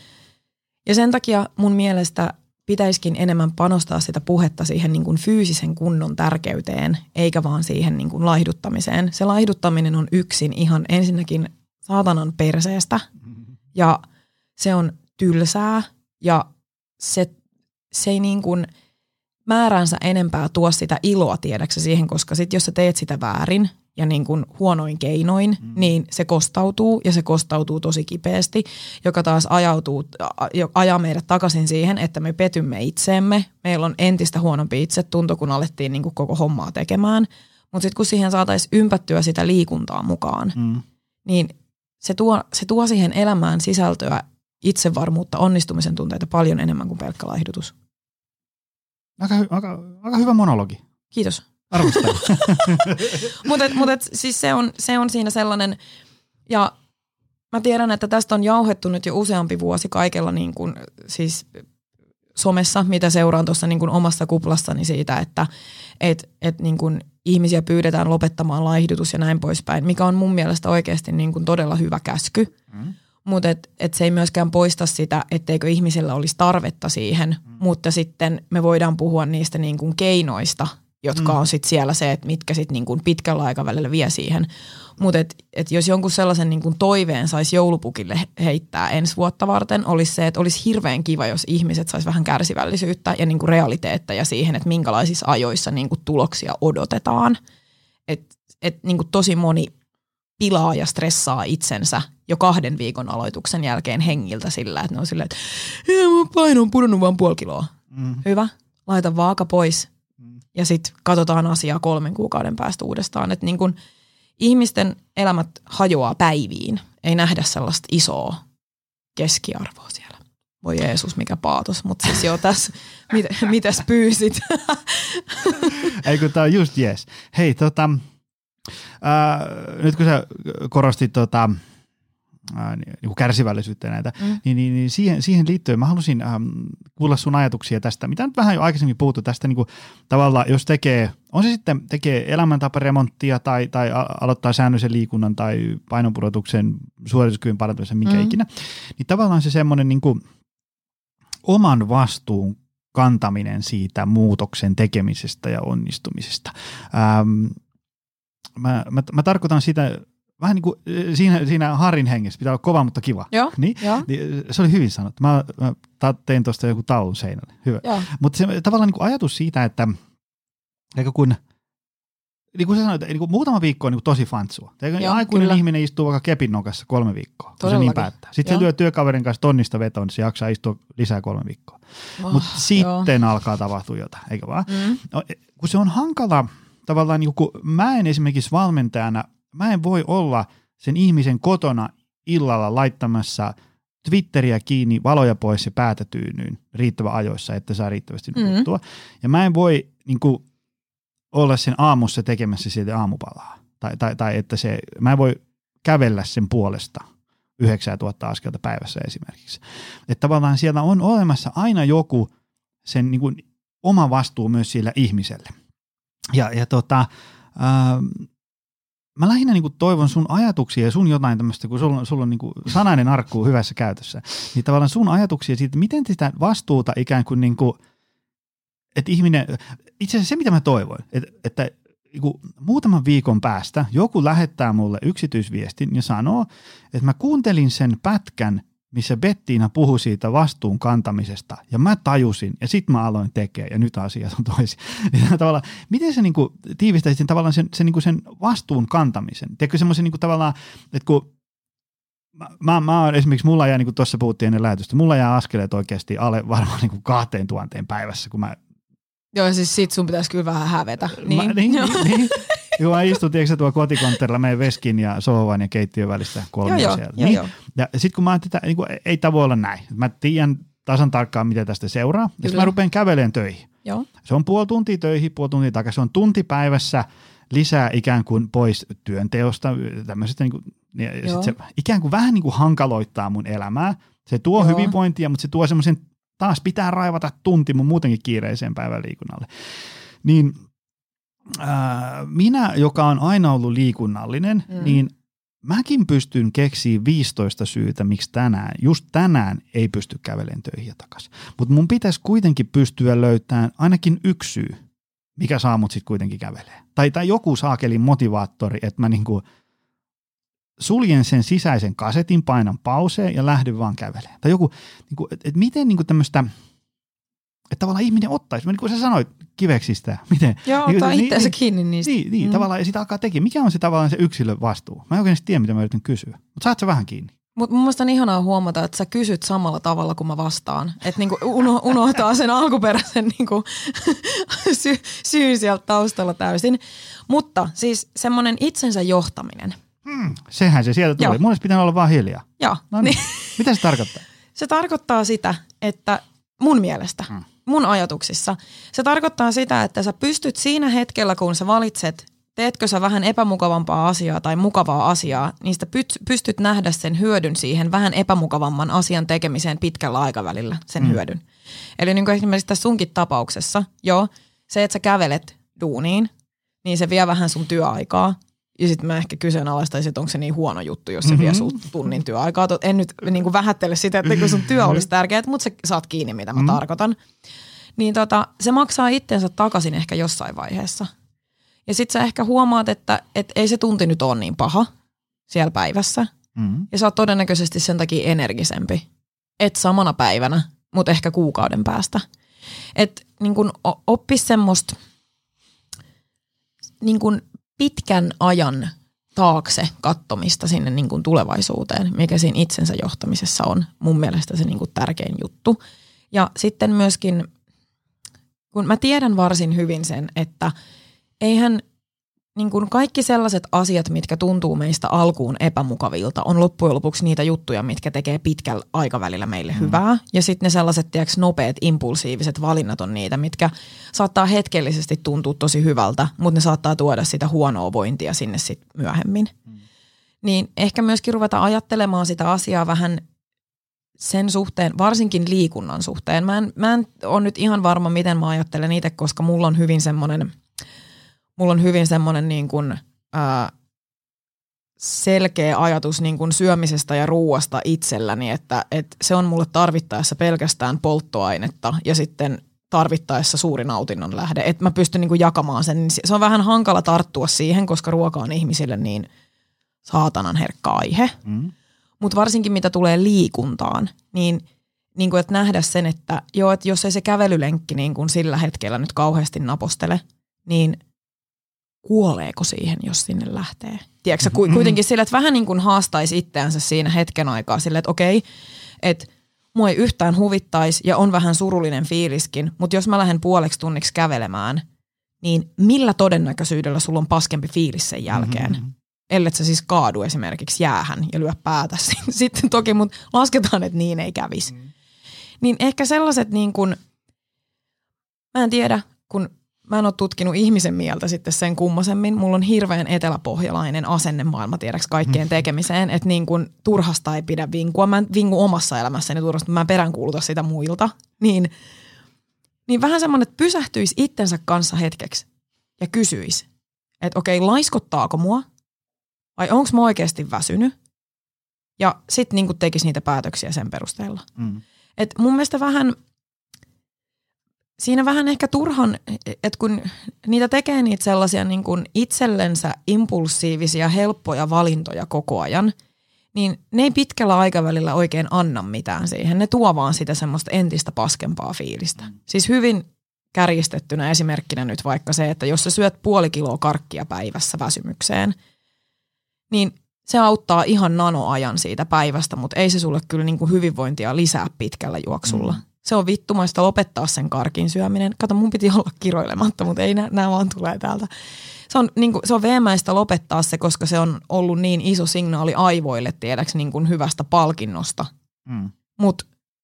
Ja sen takia mun mielestä pitäisikin enemmän panostaa sitä puhetta siihen niinku fyysisen kunnon tärkeyteen, eikä vaan siihen niinku laihduttamiseen. Se laihduttaminen on yksin ihan ensinnäkin saatanan perseestä ja se on tylsää ja se, se ei niin kuin määränsä enempää tuo sitä iloa tiedäksä siihen, koska sit jos sä teet sitä väärin ja niin kuin huonoin keinoin, mm. niin se kostautuu ja se kostautuu tosi kipeästi, joka taas ajautuu, ajaa meidät takaisin siihen, että me petymme itseemme. Meillä on entistä huonompi itsetunto, kun alettiin niin kuin koko hommaa tekemään. Mutta sitten kun siihen saataisiin ympättyä sitä liikuntaa mukaan, mm. niin se tuo, se tuo siihen elämään sisältöä, itsevarmuutta, onnistumisen tunteita paljon enemmän kuin pelkkä laihdutus. Aika, aika, aika hyvä monologi. Kiitos. Arvostan. Mutta mut siis se on, se on siinä sellainen, ja mä tiedän, että tästä on jauhettu nyt jo useampi vuosi kaikella niin kuin, siis somessa, mitä seuraan tuossa niin kuin omassa kuplassani siitä, että et, et niin kuin ihmisiä pyydetään lopettamaan laihdutus ja näin poispäin, mikä on mun mielestä oikeasti niin kuin todella hyvä käsky. Mm. Mutta et, et se ei myöskään poista sitä, etteikö ihmisellä olisi tarvetta siihen, mm. mutta sitten me voidaan puhua niistä niin kuin keinoista, jotka Mm. on sitten siellä se, että mitkä sitten niin kuin pitkällä aikavälillä vie siihen. Mutta et, et jos jonkun sellaisen niin kuin toiveen saisi joulupukille heittää ensi vuotta varten, olisi se, että olisi hirveän kiva, jos ihmiset sais vähän kärsivällisyyttä ja niin kuin realiteetteja siihen, että minkälaisissa ajoissa niin kuin tuloksia odotetaan. Että et, niin kuin tosi moni pilaa ja stressaa itsensä jo kahden viikon aloituksen jälkeen hengiltä sillä, että ne on silleen, että mun paino on pudonnut vaan puoli kiloa. Mm. Hyvä, laita vaaka pois mm. ja sitten katsotaan asiaa kolmen kuukauden päästä uudestaan. Että niin kun ihmisten elämät hajoaa päiviin, ei nähdä sellaista isoa keskiarvoa siellä. Voi Jeesus, mikä paatos, mutta siis joo tässä, mit, mitäs pyysit? Eikö tää on just jees. Hei tota... Ää, nyt kun sä korostit tota, ää, niin kärsivällisyyttä ja näitä, mm. niin, niin, niin siihen, siihen liittyen mä halusin ähm, kuulla sun ajatuksia tästä, mitä nyt vähän jo aikaisemmin puhuttu tästä, niin kuin, tavallaan jos tekee, on se sitten tekee elämäntaparemonttia tai, tai aloittaa säännöllisen liikunnan tai painonpudotuksen, suorituskyvyn parantamisen, mikä mm. ikinä, niin tavallaan se semmoinen niin kuin oman vastuun kantaminen siitä muutoksen tekemisestä ja onnistumisesta. Ähm, Mä, mä, mä tarkoitan sitä vähän niin kuin siinä, siinä Harrin hengessä, pitää olla kova, mutta kiva. Joo, niin, jo. niin, se oli hyvin sanottu. Mä, mä tein tuosta joku taulun seinälle. Hyvä. Mutta se tavallaan niin kuin ajatus siitä, että kun, niin kuin sä sanoit, niin kuin muutama viikko on niin kuin tosi fantsua. Joo, aikuinen kyllä. Ihminen istuu vaikka kepin nokassa kolme viikkoa, kun se niin päättää. Sitten Joo. se lyö työkaverin kanssa tonnista vetoon, niin se jaksaa istua lisää kolme viikkoa. Oh, mutta sitten jo. alkaa tapahtua jotain, eikö vaan? Mm. No, kun se on hankala... Tavallaan niin kun mä en esimerkiksi valmentajana, mä en voi olla sen ihmisen kotona illalla laittamassa Twitteriä kiinni, valoja pois ja päätä tyynyyn riittävän ajoissa, että saa riittävästi nukuttua. Mm-hmm. Ja mä en voi niin kun, olla sen aamussa tekemässä sieltä aamupalaa. Tai, tai, tai että se, mä en voi kävellä sen puolesta yhdeksäntuhatta askelta päivässä esimerkiksi. Että tavallaan siellä on olemassa aina joku sen niin kun, oma vastuu myös sillä ihmiselle. Ja, ja tota, ää, mä lähinnä niinku toivon sun ajatuksia ja sun jotain tämmöistä, kun sulla, sulla on niinku sanainen arkku hyvässä käytössä, niin tavallaan sun ajatuksia siitä, miten sitä vastuuta ikään kuin, niinku, että ihminen, itse asiassa se mitä mä toivoin, että, että niinku, muutaman viikon päästä joku lähettää mulle yksityisviestin ja sanoo, että mä kuuntelin sen pätkän, missä Bettiina puhui siitä vastuun kantamisesta, ja mä tajusin, ja sitten mä aloin tekemään, ja nyt asiat on toisin. Miten sä niinku tiivistäisit sen, tavallaan sen, sen, niinku sen vastuun kantamisen? Tiedätkö semmoisen niinku tavallaan, että kun mä, mä, mä oon esimerkiksi, mulla jää, niin kuin tuossa puhuttiin ennen lähetystä, mulla jää askeleet oikeasti alle varmaan niinku kahteen tuhanteen päivässä, kun mä... Joo, siis sit sun pitäisi kyllä vähän hävetä. Niin, mä, niin, niin, niin. Joo, mä istun, tiedätkö tuolla kotikonttorilla meidän veskin ja sohvan ja keittiön välistä kolmea joo, siellä. Joo, niin. joo. Ja sitten kun mä oon tätä, niin kuin, ei tämä voi olla näin. Mä tiedän tasan tarkkaan, mitä tästä seuraa. Ja sitten mä rupean kävelemään töihin. Joo. Se on puoli tuntia töihin, puoli tuntia takaisin. Se on tunti päivässä lisää ikään kuin pois työnteosta. Tämmöisestä niin kuin, ja sit se ikään kuin vähän niin kuin hankaloittaa mun elämää. Se tuo joo. hyvinvointia, mutta se tuo semmoisen, taas pitää raivata tunti mun muutenkin kiireiseen päivän liikunnalle. Niin Äh, minä, joka on aina ollut liikunnallinen, mm. niin mäkin pystyn keksiä viisitoista syytä, miksi tänään, just tänään ei pysty kävelemään töihin ja takaisin. Mutta mun pitäisi kuitenkin pystyä löytämään ainakin yksi syy, mikä saa mut sitten kuitenkin kävelee. Tai, tai joku saakelin motivaattori, että mä niinku suljen sen sisäisen kasetin, painan pauseen ja lähden vaan kävelemään. Tai joku, niinku, että et miten niinku tämmöistä... Että tavallaan ihminen ottaisi, niin kuin sä sanoit kiveksistä, miten? Joo, niin, ottaa niin, itseänsä niin, kiinni niistä. Niin, niin mm. tavallaan ja sitä alkaa tekemään. Mikä on se tavallaan se yksilön vastuu? Mä en oikein tiedä, mitä mä yritän kysyä, mutta saat sä vähän kiinni. Mutta mun mielestä on ihanaa huomata, että sä kysyt samalla tavalla kuin mä vastaan. Että niinku uno, unohtaa sen alkuperäisen niinku sy- syyn sieltä taustalla täysin. Mutta siis semmoinen itsensä johtaminen. Hmm, sehän se sieltä tuli. Joo. Mun mielestä pitää olla vaan hiljaa. Joo. No niin. Mitä se tarkoittaa? Se tarkoittaa sitä, että mun mielestä, hmm. mun ajatuksissa, se tarkoittaa sitä, että sä pystyt siinä hetkellä, kun sä valitset, teetkö sä vähän epämukavampaa asiaa tai mukavaa asiaa, niin sä pystyt nähdä sen hyödyn siihen vähän epämukavamman asian tekemiseen pitkällä aikavälillä, sen hmm. hyödyn. Eli niin kuin esimerkiksi tässä sunkin tapauksessa, joo, se, että sä kävelet duuniin, niin se vie vähän sun työaikaa. Ja sitten mä ehkä kyseenalaistaisin, että onko se niin huono juttu, jos se mm-hmm. vie sun tunnin työaikaa. En nyt niin kuin vähättele sitä, että kun sun työ olisi tärkeää, mutta sä saat kiinni, mitä mä mm-hmm. tarkoitan. niin tota, se maksaa itsensä takaisin ehkä jossain vaiheessa. Ja sit sä ehkä huomaat, että et ei se tunti nyt ole niin paha siellä päivässä. Mm. Ja sä oot todennäköisesti sen takia energisempi. Et samana päivänä, mutta ehkä kuukauden päästä. Että niin kun oppisi semmoista niin kun pitkän ajan taakse kattomista sinne niin kun tulevaisuuteen, mikä siinä itsensä johtamisessa on mun mielestä se niin kun tärkein juttu. Ja sitten myöskin, kun mä tiedän varsin hyvin sen, että eihän niin kuin kaikki sellaiset asiat, mitkä tuntuu meistä alkuun epämukavilta, on loppujen lopuksi niitä juttuja, mitkä tekee pitkällä aikavälillä meille mm. hyvää. Ja sitten ne sellaiset, tiedätkö, nopeat, impulsiiviset valinnat on niitä, mitkä saattaa hetkellisesti tuntua tosi hyvältä, mutta ne saattaa tuoda sitä huonoa vointia sinne sitten myöhemmin. Mm. Niin ehkä myöskin ruveta ajattelemaan sitä asiaa vähän sen suhteen, varsinkin liikunnan suhteen. Mä en, mä en ole nyt ihan varma, miten mä ajattelen itse, koska mulla on hyvin semmoinen... Mulla on hyvin semmoinen niin kuin, ää, selkeä ajatus niin kuin syömisestä ja ruuasta itselläni, että, että se on mulle tarvittaessa pelkästään polttoainetta ja sitten tarvittaessa suuri nautinnon lähde. Että mä pystyn niin kuin jakamaan sen. Se on vähän hankala tarttua siihen, koska ruoka on ihmisille niin saatanan herkkä aihe. Mm. Mutta varsinkin mitä tulee liikuntaan, niin, niin kuin, että nähdä sen, että, joo, että jos ei se kävelylenkki niin kuin sillä hetkellä nyt kauheasti napostele, niin kuoleeko siihen, jos sinne lähtee? Tiedätkö kuitenkin sillä, että vähän niin kuin haastaisi itseänsä siinä hetken aikaa sillä, että okei, että mua ei yhtään huvittaisi ja on vähän surullinen fiiliskin, mutta jos mä lähden puoleksi tunniksi kävelemään, niin millä todennäköisyydellä sulla on paskempi fiilis sen jälkeen? Mm-hmm. Ellet sä siis kaadu esimerkiksi jäähän ja lyö päätä sitten toki, mutta lasketaan, että niin ei kävisi. Mm. Niin ehkä sellaiset niin kuin, mä en tiedä, kun mä en ole tutkinut ihmisen mieltä sitten sen kummosemmin. Mulla on hirveän eteläpohjalainen asennemaailma tiedäks kaikkeen tekemiseen, että niin kuin turhasta ei pidä vinkua. Mä en vingu omassa elämässäni turhasta, mä en peräänkuuluta sitä muilta. Niin, niin vähän semmoinen, että pysähtyisi itsensä kanssa hetkeksi ja kysyisi, että okei, laiskottaako mua vai onko mä oikeasti väsynyt? Ja sitten niin kuin tekisi niitä päätöksiä sen perusteella. Mm. Et mun mielestä vähän... Siinä vähän ehkä turhan, että kun niitä tekee niitä sellaisia niin kuin itsellensä impulsiivisia, helppoja valintoja koko ajan, niin ne ei pitkällä aikavälillä oikein anna mitään siihen. Ne tuo vaan sitä semmoista entistä paskempaa fiilistä. Siis hyvin kärjistettynä esimerkkinä nyt vaikka se, että jos sä syöt puoli kiloa karkkia päivässä väsymykseen, niin se auttaa ihan nanoajan siitä päivästä, mutta ei se sulle kyllä niin kuin hyvinvointia lisää pitkällä juoksulla. Mm. Se on vittumaista lopettaa sen karkin syöminen. Kato, mun piti olla kiroilematta, mutta ei nämä vaan tulee täältä. Se on, niin kuin, se on veemäistä lopettaa se, koska se on ollut niin iso signaali aivoille, tiedäks, niin kuin hyvästä palkinnosta. Mm. Mutta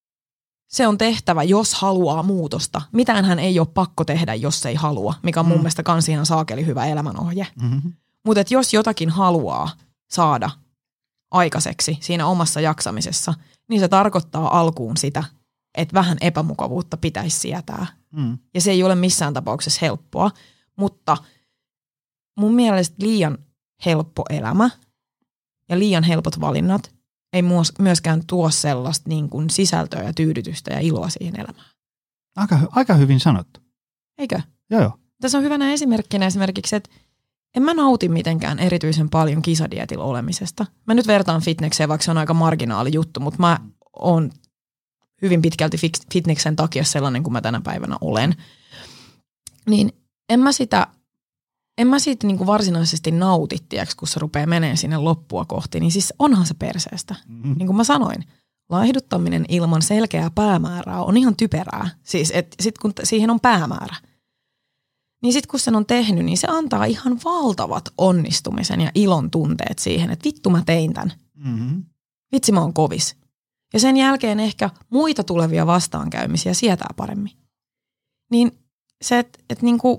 se on tehtävä, jos haluaa muutosta. Mitäänhän ei ole pakko tehdä, jos ei halua, mikä on mun mm. mielestä kans ihan saakeli hyvä elämänohje. Mm-hmm. Mutta jos jotakin haluaa saada aikaiseksi siinä omassa jaksamisessa, niin se tarkoittaa alkuun sitä, että vähän epämukavuutta pitäisi sietää. Mm. Ja se ei ole missään tapauksessa helppoa, mutta mun mielestä liian helppo elämä ja liian helpot valinnat ei myöskään tuo sellaista niin kuin sisältöä ja tyydytystä ja iloa siihen elämään. Aika, aika hyvin sanottu. Eikö? Joo, joo. Tässä on hyvänä esimerkkinä esimerkiksi, että en mä nauti mitenkään erityisen paljon kisadietillä olemisesta. Mä nyt vertaan fitnekseen, vaikka se on aika marginaali juttu, mutta mä oon hyvin pitkälti fitneksen takia sellainen kuin mä tänä päivänä olen. Niin en mä sitä, en mä siitä niin kuin varsinaisesti nauti, tiiäks, kun se rupeaa menemään sinne loppua kohti, niin siis onhan se perseestä. Mm-hmm. Niin kuin mä sanoin, laihduttaminen ilman selkeää päämäärää on ihan typerää. Siis et sit kun siihen on päämäärä, niin sit kun sen on tehnyt, niin se antaa ihan valtavat onnistumisen ja ilon tunteet siihen, että vittu mä tein tän. Mm-hmm. Vitsi mä oon kovis. Ja sen jälkeen ehkä muita tulevia vastaankäymisiä sietää paremmin. Niin se, että et niinku,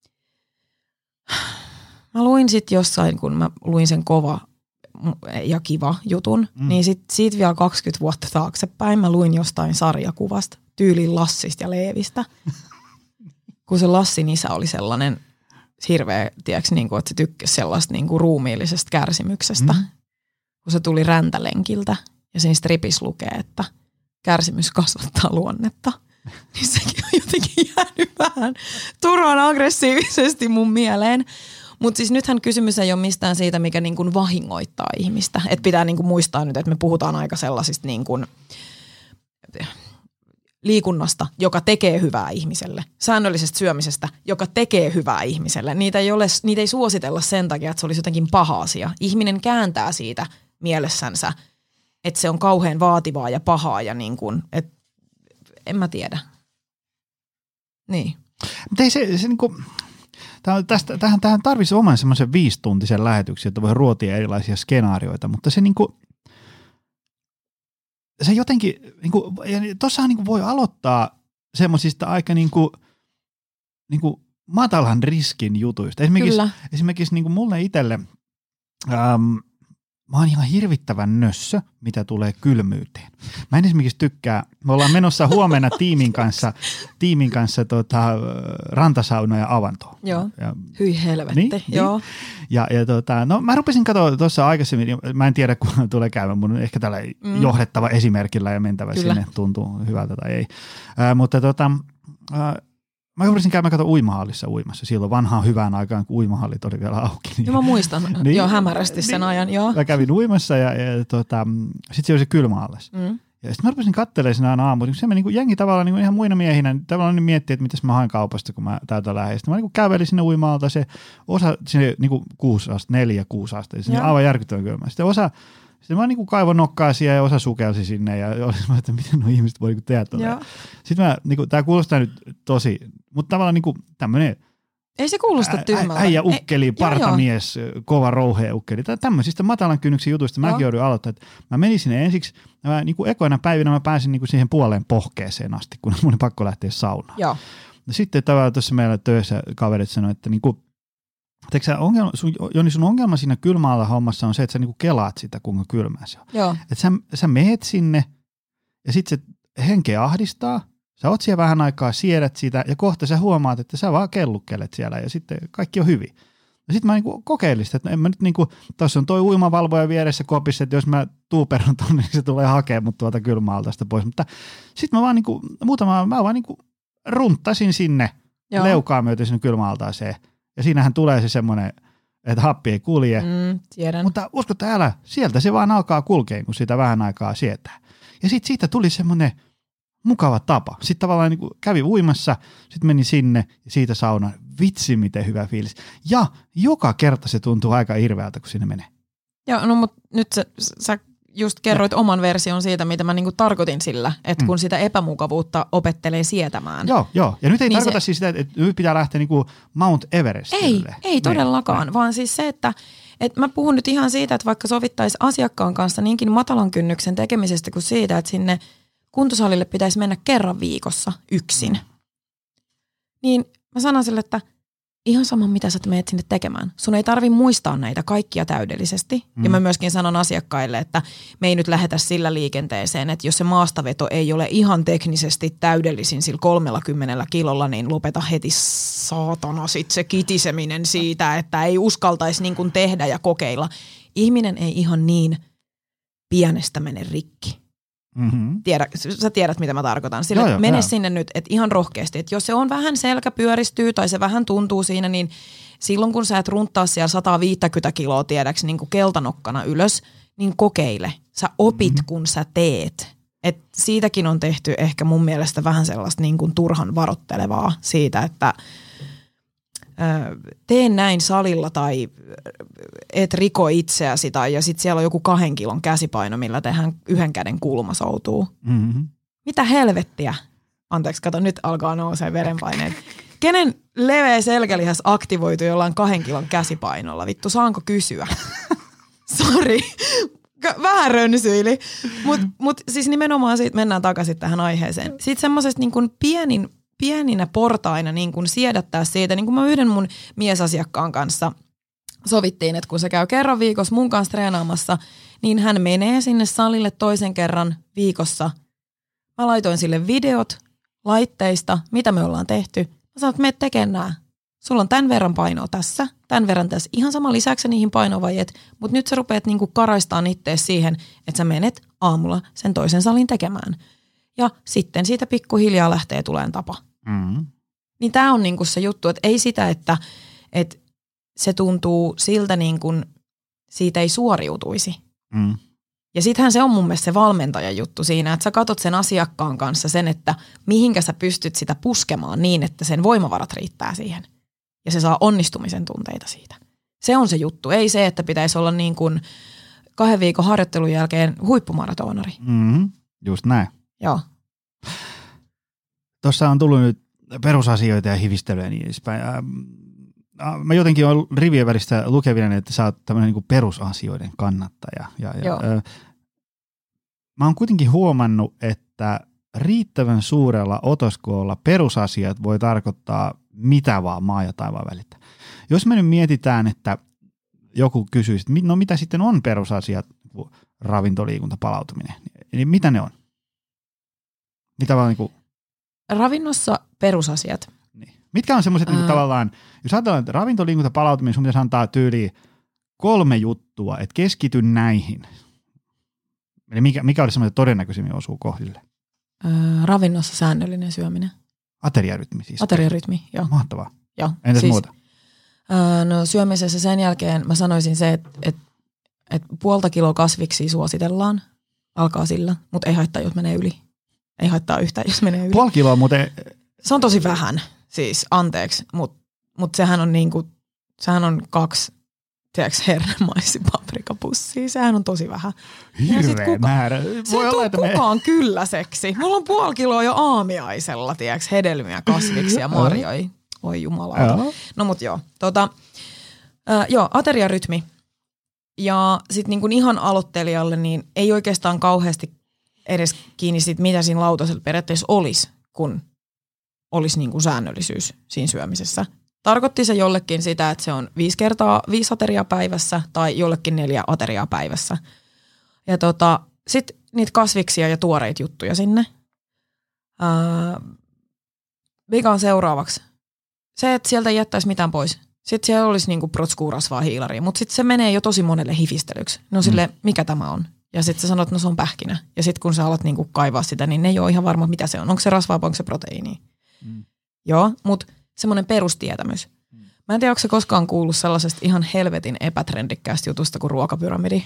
mä luin sit jossain, kun mä luin sen kova ja kiva jutun, mm. niin sit siitä vielä kaksikymmentä vuotta taaksepäin mä luin jostain sarjakuvasta, tyylin Lassista ja Leevistä. Kun se Lassin isä oli sellainen hirveä, tiedätkö, niin kuin, että se tykkäsi sellaista niin kuin ruumiillisesta kärsimyksestä, mm. kun se tuli räntälenkiltä. Ja siinä stripissä lukee, että kärsimys kasvattaa luonnetta. niin sekin on jotenkin jäänyt vähän turhan aggressiivisesti mun mieleen. Mutta siis nythän kysymys ei ole mistään siitä, mikä niin kuin vahingoittaa ihmistä. Että pitää niin kuin muistaa nyt, että me puhutaan aika sellaisista niin kuin liikunnasta, joka tekee hyvää ihmiselle. Säännöllisestä syömisestä, joka tekee hyvää ihmiselle. Niitä ei, ole, niitä ei suositella sen takia, että se olisi jotenkin paha asia. Ihminen kääntää siitä mielessänsä, että se on kauhean vaativaa ja pahaa ja niin kuin, että en mä tiedä. Niin. Mutta ei se, se niin kuin, tästä, tähän, tähän tarvitsisi oman semmoisen viisituntisen lähetyksen, että voi ruotia erilaisia skenaarioita, mutta se niin kuin, se jotenkin, niin kuin, tuossahan niin kuin voi aloittaa semmoisista aika niin kuin, niin kuin matalan riskin jutuista. Esimerkiksi, Kyllä. esimerkiksi niin kuin mulle itselle, ähm, mä oon ihan hirvittävän nössö, mitä tulee kylmyyteen. Mä en esimerkiksi tykkää, me ollaan menossa huomenna tiimin kanssa, tiimin kanssa tota, rantasauna ja avantoon. Joo, ja, hyi helvetti, niin, joo. Niin. Ja, ja tota, no mä rupesin katsoa tuossa aikaisemmin, mä en tiedä kun tulee käymään, mun ehkä tällä mm. johdettava esimerkillä ja mentävä Kyllä. sinne, tuntuu hyvältä tai ei. Äh, mutta tota, äh, mä rupesin käymään katsoa uimahallissa uimassa silloin vanhaan hyvään aikaan, kun uimahallit oli vielä auki. Niin, joo, mä muistan niin, jo hämärästi sen niin, ajan, joo. Mä kävin uimassa ja, ja tota, sit se oli se kylmäallas. Mm. Ja sitten mä rupesin katselemaan siinä aina aamuun, se niin jengi tavallaan niin ihan muina miehinä, tavallaan niin miettii, että mitäs mä haen kaupasta, kun mä täältä lähdin. Sitten mä niin kävelin sinne uimaalta, se osa sinne niin kuusi astetta, neljä, kuusi astetta, se aivan järkyttävän kylmä. Sitten osa, sitten mä niin kaivon nokkaa siihen ja osa sukelsi sinne ja olisin mä, että miten nuo ihmiset voi niin tehdä tuolla. Sitten mä, niin kuin, tää kuulostaa nyt tosi, mutta tavallaan niin tämmöinen ei se kuulosta tyhmältä. Äijä ukkeli, partamies, joo, joo. kova rouhea ukkeli. Tämmöisistä matalan kynnyksen jutuista mäkin joudun aloittaa. Että mä menin sinne ensiksi, mä, niin kuin ekoina päivinä mä pääsin niin kuin siihen puoleen pohkeeseen asti, kun mun oli pakko lähteä saunaan. Joo. Ja sitten tavallaan tuossa meillä töissä kaverit sanoi, että niin kuin, sä, ongelma, sun, Joni, sun ongelma siinä kylmällä hommassa on se, että sä niin kuin kelaat sitä, kuinka kylmää se on. Joo. Että sä, sä meet sinne ja sitten se henkeä ahdistaa. Sä oot siellä vähän aikaa, siedät sitä ja kohta sä huomaat, että sä vaan kellukkelet siellä ja sitten kaikki on hyvin. Ja sitten mä niinku kokeilin sitä, että en mä nyt niinku, tossa on toi uimavalvoja vieressä kopissa, että jos mä tuuperon tonne, niin se tulee hakemaan mut tuolta kylmäaltaista pois. Mutta sitten mä vaan niinku, muutama, mä vaan niinku runttasin sinne Joo. leukaa myöten sinne kylmäaltaaseen. Ja siinähän tulee se semmoinen, että happi ei kulje. Mm, tiedän. Mutta usko, että älä, sieltä se vaan alkaa kulkea, kun sitä vähän aikaa sietää. Ja sitten siitä tuli semmoinen mukava tapa. Sitten tavallaan niin kävi uimassa, sitten meni sinne ja siitä saunaan. Vitsi, miten hyvä fiilis. Ja joka kerta se tuntuu aika hirveältä, kun sinne menee. Joo, no mutta nyt sä, sä just kerroit ja. oman version siitä, mitä mä niinku tarkoitin sillä, että mm. kun sitä epämukavuutta opettelee sietämään. Joo, joo. Ja nyt ei niin tarkoita se, siis sitä, että nyt pitää lähteä niinku Mount Everestille. Ei, ei todellakaan, niin. vaan siis se, että et mä puhun nyt ihan siitä, että vaikka sovittaisi asiakkaan kanssa niinkin matalan kynnyksen tekemisestä kuin siitä, että sinne kuntosalille pitäisi mennä kerran viikossa yksin. Niin mä sanon sille, että ihan sama mitä sä menet sinne tekemään. Sun ei tarvi muistaa näitä kaikkia täydellisesti. Mm. Ja mä myöskin sanon asiakkaille, että me ei nyt lähetä sillä liikenteeseen, että jos se maastaveto ei ole ihan teknisesti täydellisin sillä kolmellakymmenellä kilolla, niin lopeta heti saatana sit se kitiseminen siitä, että ei uskaltaisi niin kuin tehdä ja kokeilla. Ihminen ei ihan niin pienestä mene rikki. Mm-hmm. Tiedä, sä tiedät, mitä mä tarkoitan. Sillä joo, joo, mene joo. sinne nyt, että ihan rohkeasti. Että jos se on vähän selkä pyöristyy tai se vähän tuntuu siinä, niin silloin kun sä et runttaa siellä sata viisikymmentä kiloa tiedäksi niin kuin keltanokkana ylös, niin kokeile. Sä opit, mm-hmm. kun sä teet. Et siitäkin on tehty ehkä mun mielestä vähän sellaista niin kuin turhan varottelevaa siitä, että teen näin salilla tai et riko itseäsi tai ja sitten siellä on joku kahden kilon käsipaino, millä tehdään yhden käden kulma soutuu. Mm-hmm. Mitä helvettiä? Anteeksi, kato, nyt alkaa nousee verenpaineet. Kenen leveä selkälihas aktivoitu jollain kahden kilon käsipainolla? Vittu, saanko kysyä? Sori, vähän rönsyili. Mutta mut, siis nimenomaan siitä mennään takaisin tähän aiheeseen. Sitten semmoisesta niin kuin pienin pieninä portaina niin kuin siedättää siitä, niin kuin mä yhden mun miesasiakkaan kanssa sovittiin, että kun se käy kerran viikossa mun kanssa treenaamassa, niin hän menee sinne salille toisen kerran viikossa. Mä laitoin sille videot laitteista, mitä me ollaan tehty. Mä sanoin, että mene tekemään nää. Sulla on tämän verran painoa tässä, tämän verran tässä. Ihan sama lisäksi niihin painovajeet, mutta nyt sä rupeat niin kuin karaistaan ittees siihen, että sä menet aamulla sen toisen salin tekemään. ja sitten siitä pikkuhiljaa lähtee tuleen tapa. Mm. Niin tää on niinku se juttu, että ei sitä, että, että se tuntuu siltä niin kuin siitä ei suoriutuisi. Mm. Ja sittenhän se on mun mielestä se valmentajan juttu siinä, että sä katot sen asiakkaan kanssa sen, että mihinkä sä pystyt sitä puskemaan niin, että sen voimavarat riittää siihen. Ja se saa onnistumisen tunteita siitä. Se on se juttu. Ei se, että pitäisi olla niin kuin kahden viikon harjoittelun jälkeen huippumaratonari. Mm. Just näin. Joo. Tuossa on tullut nyt perusasioita ja hivistelyä ja niin edespäin. Mä jotenkin olen rivien välistä lukevina, että sä oot tämmöinen niin kuin perusasioiden kannattaja. Ja, ja, ö, mä oon kuitenkin huomannut, että riittävän suurella otoskoolla perusasiat voi tarkoittaa mitä vaan maa ja taivaan välittä. Jos me nyt mietitään, että joku kysyisi, että no mitä sitten on perusasiat, ravintoliikunta, palautuminen, niin mitä ne on? Mitä vaan niin kuin... Ravinnossa perusasiat. Niin. Mitkä on semmoiset Ää... niin tavallaan, jos ajatellaan, että ravintoliikunta, palautuminen, sun pitäisi antaa tyyliin kolme juttua, että keskity näihin. Eli mikä, mikä olisi semmoinen todennäköisimmin osuu kohdille? Öö, ravinnossa säännöllinen syöminen. Ateriarytmi siis. Ateriarytmi, joo. Mahtavaa. Joo. Entäs siis, muuta? Öö, no syömisessä sen jälkeen mä sanoisin se, että et, et puolta kiloa kasviksia suositellaan. Alkaa sillä, mutta ei haittaa, jos menee yli. Ei haittaa yhtään, jos menee yli. Puoli kiloa muuten... Se on tosi vähän, siis anteeksi, mutta mut sehän on niinku, sehän on kaksi, tiedätkö, hernemaisipaprikapussia. Sehän on tosi vähän. Hirveä kuka, määrä. Se ei tule kukaan me... kylläseksi. Mulla on puoli kiloa jo aamiaisella, tiedätkö, hedelmiä, kasviksia, marjoja. Oi jumalauta. No mut joo, tota, äh, joo, ateriarytmi. Ja sit niinku ihan aloittelijalle niin ei oikeastaan kauheasti edes kiinni siitä, mitä siinä lautasella periaatteessa olisi, kun olisi niinku säännöllisyys siinä syömisessä. Tarkoitti se jollekin sitä, että se on viisi kertaa viisi ateriaa päivässä tai jollekin neljä ateriaa päivässä. Ja tota, sit niitä kasviksia ja tuoreita juttuja sinne. Ää, mikä on seuraavaksi? Se, että sieltä ei jättäisi mitään pois. Sitten siellä olisi niinku protskuu, rasvaa, hiilaria, mutta sitten se menee jo tosi monelle hifistelyksi. No sille, mm. mikä tämä on? Ja sitten sä sanot, no se on pähkinä. Ja sitten kun sä alat niinku kaivaa sitä, niin ne ei ole ihan varma, mitä se on. Onko se rasvaa vai onko se proteiinia? Mm. Joo, mutta semmoinen perustietämys. Mm. Mä en tiedä, onko se koskaan kuullut sellaisesta ihan helvetin epätrendikkäästä jutusta kuin ruokapyramidi.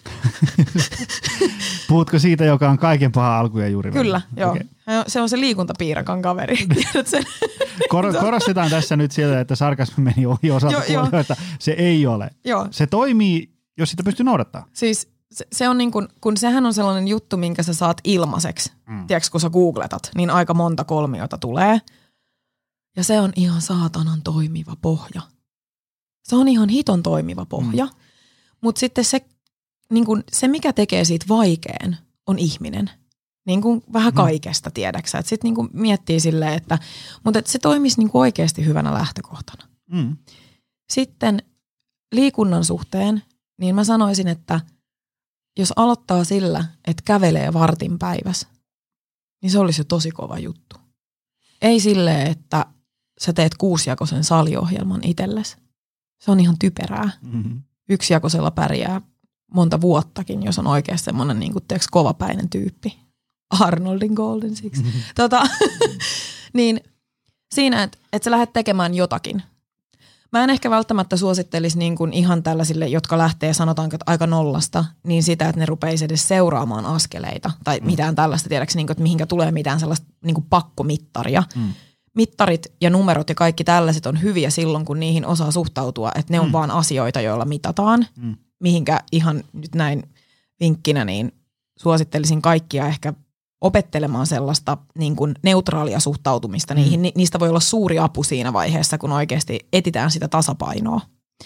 Puhutko siitä, joka on kaiken paha alku ja juuri? Kyllä, joo. Okay. Se on se liikuntapiirakan kaveri. Tiedät sen? Kor- korostetaan tässä nyt sieltä, että sarkasmi meni ohi osalta kuulijoita. Se ei ole. Joo. Se toimii, jos sitä pystyy noudattamaan. Siis se, se on niin kuin, kun sehän on sellainen juttu, minkä sä saat ilmaiseksi. Mm. Tiedätkö, kun sä googletat, niin aika monta kolmiota tulee. Ja se on ihan saatanan toimiva pohja. Se on ihan hiton toimiva pohja. Mm. Mutta sitten se, niin kun, se, mikä tekee siitä vaikean, on ihminen. Niin kuin vähän kaikesta, tiedäksä. Että sitten niin miettii silleen, että mutta et se toimisi niin kuin oikeasti hyvänä lähtökohtana. Mm. Sitten liikunnan suhteen, niin mä sanoisin, että jos aloittaa sillä, että kävelee vartin päivässä, niin se olisi jo tosi kova juttu. Ei silleen, että sä teet kuusijakoisen saliohjelman itsellesi. Se on ihan typerää. Mm-hmm. Yksijakoisella pärjää monta vuottakin, jos on oikeasti semmoinen niin kuin, teeks, kovapäinen tyyppi. Arnoldin Golden Six. Mm-hmm. Tota, niin siinä, että et sä lähdet tekemään jotakin. Mä en ehkä välttämättä suosittelisi niin kuin ihan tällaisille, jotka lähtee sanotaanko aika nollasta, niin sitä, että ne rupeisi edes seuraamaan askeleita tai mm. mitään tällaista, tiedäks, niin kuin, että mihinkä tulee mitään sellaista niin kuin pakkomittaria. Mm. Mittarit ja numerot ja kaikki tällaiset on hyviä silloin, kun niihin osaa suhtautua, että ne on mm. vaan asioita, joilla mitataan. Mm. Mihinkä ihan nyt näin vinkkinä, niin suosittelisin kaikkia ehkä opettelemaan sellaista niin kuin neutraalia suhtautumista mm. niihin. Ni, niistä voi olla suuri apu siinä vaiheessa, kun oikeasti etitään sitä tasapainoa.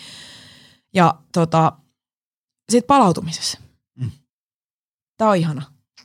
Ja tota, sitten palautumisessa. Mm. Tämä on ihana.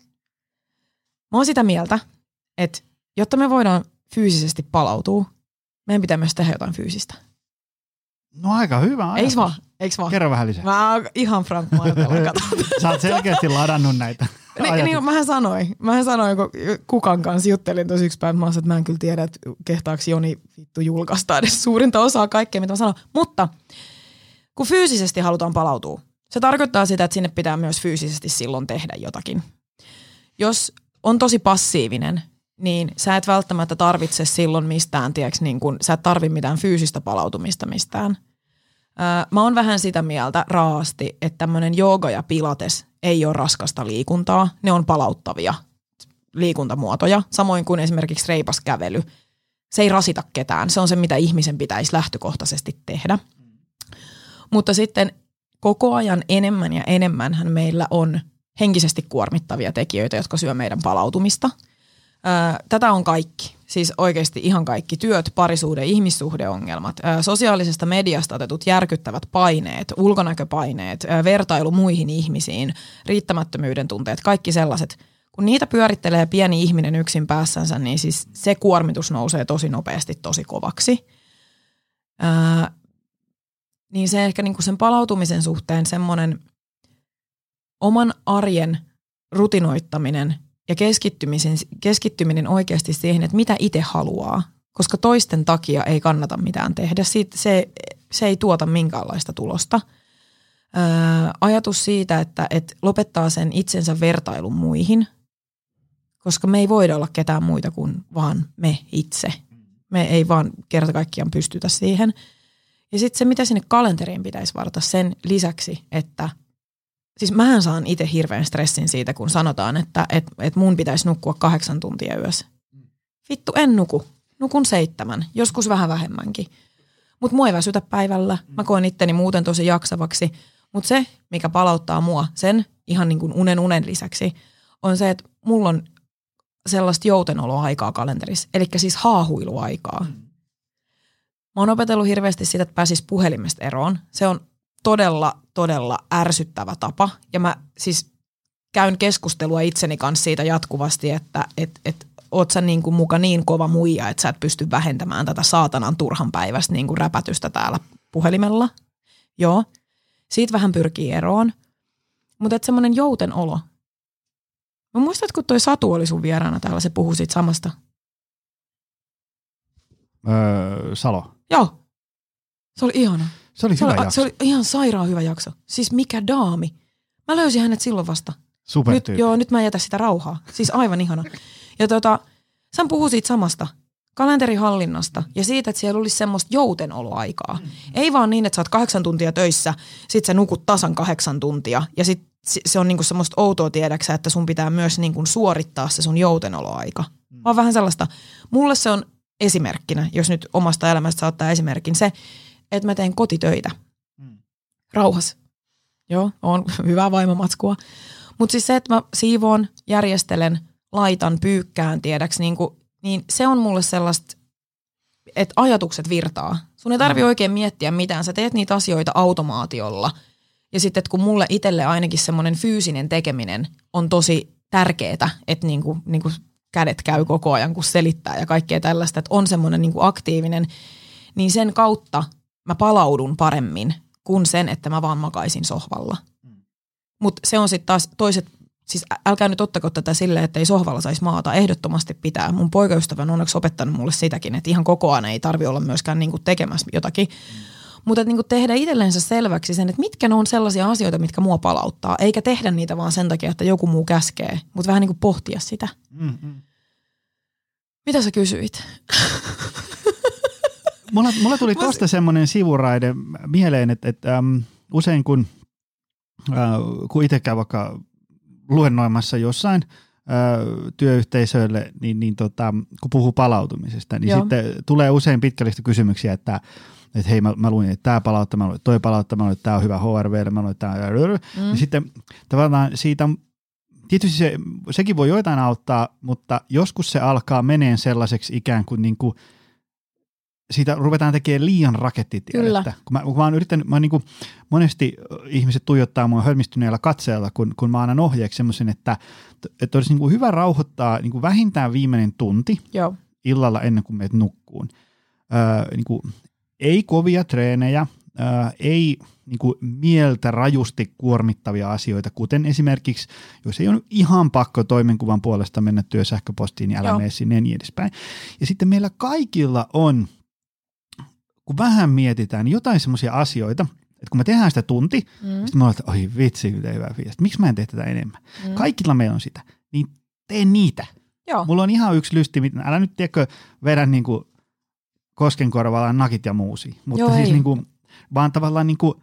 Mä oon sitä mieltä, että jotta me voidaan fyysisesti palautua, meidän pitää myös tehdä jotain fyysistä. No aika hyvä ajatus. Eiks vaan? Eiks vaan? Kerro vähän lisää. Mä oon ihan Frank Martela, katsotaan. Sä oot selkeästi ladannut näitä. Niin, niin mähän sanoin. Mähän sanoin, kun kukan kanssa juttelin tosi yksi päivä, mä sanoin, että mä en kyllä tiedä, että kehtaako Joni vittu julkaista edes suurinta osaa kaikkea, mitä mä sanon. Mutta kun fyysisesti halutaan palautua, se tarkoittaa sitä, että sinne pitää myös fyysisesti silloin tehdä jotakin. Jos on tosi passiivinen, niin sä et välttämättä tarvitse silloin mistään, tiiäks, niin kun, sä et tarvi mitään fyysistä palautumista mistään. Öö, mä oon vähän sitä mieltä raasti, että tämmöinen jooga ja pilates ei ole raskasta liikuntaa, ne on palauttavia liikuntamuotoja, samoin kuin esimerkiksi reipas kävely. Se ei rasita ketään, se on se, mitä ihmisen pitäisi lähtökohtaisesti tehdä. Mutta sitten koko ajan enemmän ja enemmänhän meillä on henkisesti kuormittavia tekijöitä, jotka syö meidän palautumista. Tätä on kaikki, siis oikeasti ihan kaikki. Työt, parisuhde, ihmissuhdeongelmat, sosiaalisesta mediasta otetut järkyttävät paineet, ulkonäköpaineet, vertailu muihin ihmisiin, riittämättömyyden tunteet, kaikki sellaiset. Kun niitä pyörittelee pieni ihminen yksin päässänsä, niin siis se kuormitus nousee tosi nopeasti, tosi kovaksi. Ää, niin se ehkä niinku sen palautumisen suhteen semmoinen oman arjen rutinoittaminen ja keskittyminen, keskittyminen oikeasti siihen, että mitä itse haluaa, koska toisten takia ei kannata mitään tehdä. Siitä, se, se ei tuota minkäänlaista tulosta. Ää, ajatus siitä, että, että lopettaa sen itsensä vertailun muihin, koska me ei voida olla ketään muita kuin vaan me itse. Me ei vaan kerta kaikkiaan pystytä siihen. Ja sitten se, mitä sinne kalenteriin pitäisi varata sen lisäksi, että siis mähän saan itse hirveän stressin siitä, kun sanotaan, että et, et mun pitäisi nukkua kahdeksan tuntia yössä. Vittu, en nuku. Nukun seitsemän, joskus vähän vähemmänkin. Mutta mua ei väsytä päivällä. Mä koen itteni muuten tosi jaksavaksi. Mutta se, mikä palauttaa mua sen ihan niin kuin unen unen lisäksi, on se, että mulla on sellaista joutenoloaikaa kalenterissa. Eli siis haahuiluaikaa. Mä oon opetellut hirveästi sitä, että pääsis puhelimesta eroon. Se on todella, todella ärsyttävä tapa. Ja mä siis käyn keskustelua itseni kanssa siitä jatkuvasti, että et, et, oot sä niin kuin muka niin kova muija, että sä et pysty vähentämään tätä saatanan turhan päivästä niin kuin räpätystä täällä puhelimella. Joo, siitä vähän pyrkii eroon. Mutta että semmoinen jouten olo. Mä muistat, kun toi Satu oli sun vieraana täällä, se puhui siitä samasta. Öö, Salo. Joo, se oli ihana. Se oli se hyvä oli, jakso. Se oli ihan sairaan hyvä jakso. Siis mikä daami. Mä löysin hänet silloin vasta. Supertyyppi. Nyt, joo, nyt mä en jätä sitä rauhaa. Siis aivan ihana. Ja tota, sä puhui siitä samasta kalenterihallinnasta ja siitä, että siellä olisi semmoista joutenoloaikaa. Mm. Ei vaan niin, että sä oot kahdeksan tuntia töissä, sit sä nukut tasan kahdeksan tuntia ja sit se on niinku semmoista outoa tiedäksä, että sun pitää myös niinku suorittaa se sun joutenoloaika. Mm. Vaan vähän sellaista. Mulle se on esimerkkinä, jos nyt omasta elämästä saa ottaa esimerkin se, että mä teen kotitöitä. Mm. Rauhassa. Joo, on hyvää vaimomatskua. Mutta siis se, että mä siivoon, järjestelen, laitan, pyykkään, tiedäks, niin, kuin, niin se on mulle sellaista, että ajatukset virtaa. Sun ei tarvitse oikein miettiä mitään. Sä teet niitä asioita automaatiolla. Ja sitten, että kun mulle itselle ainakin semmoinen fyysinen tekeminen on tosi tärkeetä, että niin kuin, niin kuin kädet käy koko ajan, kun selittää ja kaikkea tällaista, että on semmoinen niin kuin aktiivinen, niin sen kautta mä palaudun paremmin kuin sen, että mä vaan makaisin sohvalla. Mutta se on sitten taas toiset, siis älkää nyt ottako tätä silleen, että ei sohvalla saisi maata, ehdottomasti pitää. Mun poikaystävä on onneksi opettanut mulle sitäkin, että ihan koko ajan ei tarvitse olla myöskään niinku tekemässä jotakin. Mm. Mutta niinku tehdä itsellensä selväksi sen, että mitkä ne on sellaisia asioita, mitkä mua palauttaa, eikä tehdä niitä vaan sen takia, että joku muu käskee, mutta vähän niinku pohtia sitä. Mm-hmm. Mitä sä kysyit? Mulla, mulla tuli tuosta semmoinen sivuraide mieleen, että, että ähm, usein kun Äh, kun itse käy vaikka luennoimassa jossain äh, työyhteisöille, niin, niin tota, kun puhuu palautumisesta, niin Joo. sitten tulee usein pitkällistä kysymyksiä, että, että hei mä, mä luin, että tämä palautta, mä luin, että toi palautta, mä luin, että tämä on hyvä H R V, mä luin, että tämä on mm. ja sitten tavallaan siitä, tietysti se, sekin voi joitain auttaa, mutta joskus se alkaa meneen sellaiseksi ikään kuin, niin kuin siitä ruvetaan tekemään liian rakettitiedettä. Kun mä, kun mä oon yrittänyt, mä oon niin kuin, monesti ihmiset tuijottaa mua hölmistyneellä katseella, kun, kun mä annan ohjeeksi semmoisen, että, että olisi niin kuin hyvä rauhoittaa niin kuin vähintään viimeinen tunti Joo. illalla ennen kuin meet nukkuun. Öö, niin kuin, ei kovia treenejä, öö, ei niin kuin mieltä rajusti kuormittavia asioita, kuten esimerkiksi, jos ei ole ihan pakko toimenkuvan puolesta mennä työsähköpostiin, niin älä Joo. mene sinne ja niin edespäin. Ja sitten meillä kaikilla on, kun vähän mietitään, niin jotain semmoisia asioita, että kun me tehdään sitä tunti, mm. sitten me ollaan, että oi vitsi, hyvä fiilis, miksi mä en tee tätä enemmän. Mm. Kaikilla meillä on sitä. Niin tee niitä. Joo. Mulla on ihan yksi lysti, älä nyt tiedäkö vedä niinku koskenkorvalla nakit ja muusi, mutta Joo, siis ei. niinku, vaan tavallaan niinku,